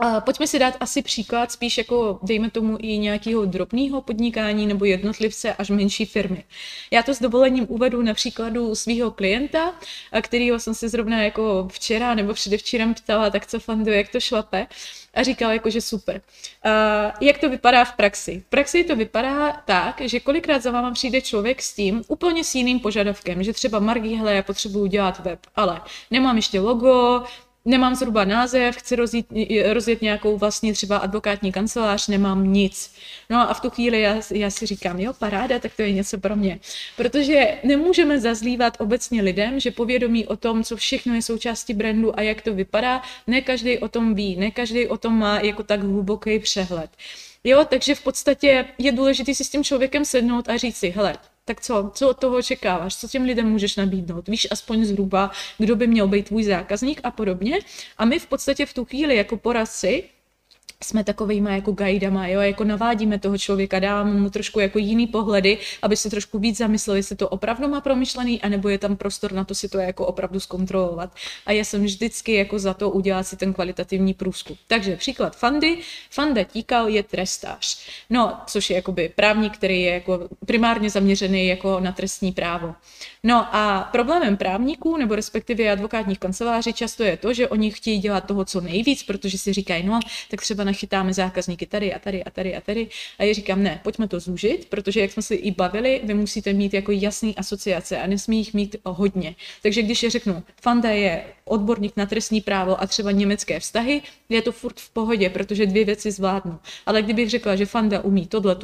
Pojďme si dát asi příklad spíš jako, dejme tomu, i nějakého drobného podnikání nebo jednotlivce až menší firmy. Já to s dovolením uvedu na příkladu svého klienta, kterýho jsem se zrovna jako včera nebo předevčírem ptala, tak co fanduje, jak to šlape, a říkal jako, že super. Jak to vypadá v praxi? V praxi to vypadá tak, že kolikrát za váma přijde člověk s tím úplně s jiným požadavkem, že třeba Margý, hele, já potřebuju dělat web, ale nemám ještě logo, nemám zhruba název, chci rozjet nějakou vlastně třeba advokátní kancelář, nemám nic. No a v tu chvíli já si říkám, jo, paráda, tak to je něco pro mě. Protože nemůžeme zazlívat obecně lidem, že povědomí o tom, co všechno je součástí brandu a jak to vypadá, ne každý o tom ví, ne každý o tom má jako tak hluboký přehled. Jo, takže v podstatě je důležité si s tím člověkem sednout a říct si, hele, tak co od toho očekáváš, co těm lidem můžeš nabídnout, víš aspoň zhruba, kdo by měl být tvůj zákazník a podobně. A my v podstatě v tu chvíli jako poradci jsme takovejma jako guidama, jo, jako navádíme toho člověka, dáváme mu trošku jako jiný pohledy, aby se trošku víc zamysleli, jestli to opravdu má promyšlený, anebo je tam prostor na to si to jako opravdu zkontrolovat. A já jsem vždycky jako za to udělat si ten kvalitativní průzkum. Takže příklad Fandy. Fanda Tíkal je trestář. No, což je jakoby právník, který je jako primárně zaměřený jako na trestní právo. No a problémem právníků, nebo respektive advokátních kanceláří často je to, že oni chtějí dělat toho co nejvíc, protože si říkají, no, tak třeba nachytáme zákazníky tady a tady a tady a tady. A já říkám, ne, pojďme to zúžit, protože jak jsme si i bavili, vy musíte mít jako jasný asociace a nesmí jich mít hodně. Takže když je řeknu, Fanda je odborník na trestní právo a třeba německé vztahy, je to furt v pohodě, protože dvě věci zvládnu. Ale kdybych řekla, že Fanda umí tohle,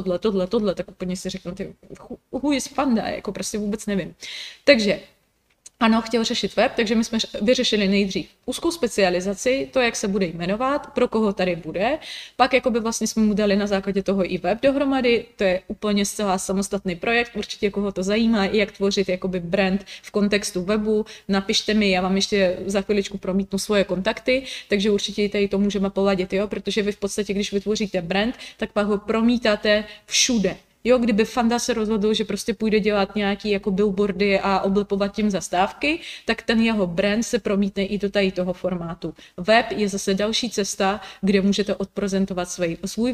tak úplně si řeknu, who is Fanda, jako prostě vůbec nevím. Takže ano, chtěl řešit web, takže my jsme vyřešili nejdřív úzkou specializaci, to, jak se bude jmenovat, pro koho tady bude, pak jakoby vlastně jsme mu dali na základě toho i web dohromady, to je úplně zcela samostatný projekt, určitě koho to zajímá, jak tvořit jakoby brand v kontextu webu, napište mi, já vám ještě za chviličku promítnu svoje kontakty, takže určitě tady to můžeme poladit, jo, protože vy v podstatě, když vytvoříte brand, tak pak ho promítáte všude. Jo, kdyby Fanda se rozhodl, že prostě půjde dělat nějaký jako billboardy a oblepovat tím zastávky, tak ten jeho brand se promítne i do tady toho formátu. Web je zase další cesta, kde můžete odprezentovat svůj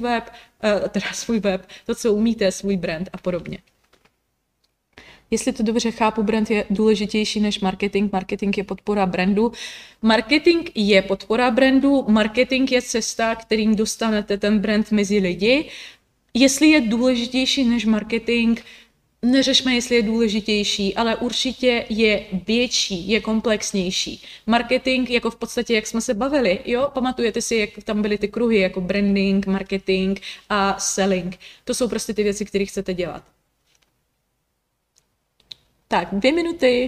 web, to, co umíte, svůj brand a podobně. Jestli to dobře chápu, brand je důležitější než marketing. Marketing je podpora brandu. Marketing je podpora brandu, marketing je cesta, kterým dostanete ten brand mezi lidi. Jestli je důležitější než marketing, neřešme, jestli je důležitější, ale určitě je větší, je komplexnější. Marketing, jako v podstatě, jak jsme se bavili, jo, pamatujete si, jak tam byly ty kruhy, jako branding, marketing a selling. To jsou prostě ty věci, které chcete dělat. Tak, 2 minuty.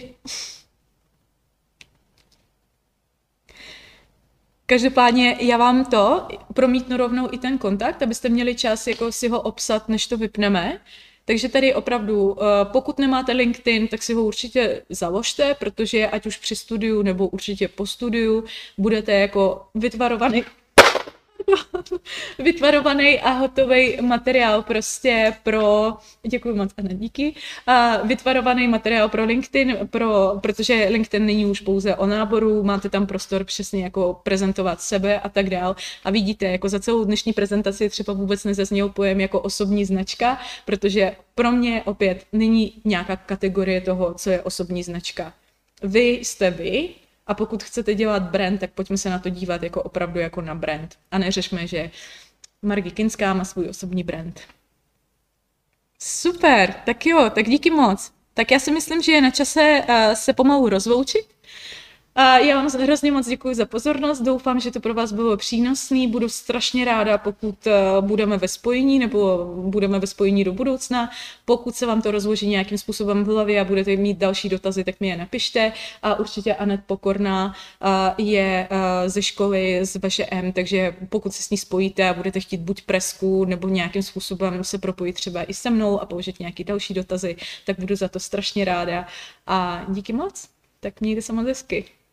Každopádně já vám to promítnu rovnou i ten kontakt, abyste měli čas jako si ho obsat, než to vypneme. Takže tady opravdu, pokud nemáte LinkedIn, tak si ho určitě založte, protože ať už při studiu nebo určitě po studiu budete jako vytvarovaný a hotový materiál prostě pro, děkuji moc, Anna, díky, vytvarovaný materiál pro LinkedIn, protože LinkedIn není už pouze o náboru, máte tam prostor přesně jako prezentovat sebe a tak dál. A vidíte, jako za celou dnešní prezentaci třeba vůbec nezazněl pojem jako osobní značka, protože pro mě opět není nějaká kategorie toho, co je osobní značka. Vy jste vy, a pokud chcete dělat brand, tak pojďme se na to dívat jako opravdu jako na brand. A neřešme, že Margý Kinská má svůj osobní brand. Super, tak jo, tak díky moc. Tak já si myslím, že je na čase se pomalu rozloučit. Já vám hrozně moc děkuji za pozornost, doufám, že to pro vás bylo přínosné, budu strašně ráda, pokud budeme ve spojení nebo budeme ve spojení do budoucna, pokud se vám to rozloží nějakým způsobem v hlavě a budete mít další dotazy, tak mi je napište a určitě Anet Pokorná je ze školy z VŠM, takže pokud se s ní spojíte a budete chtít buď presku nebo nějakým způsobem se propojit třeba i se mnou a položit nějaké další dotazy, tak budu za to strašně ráda a díky moc, tak mějte se moc hezky.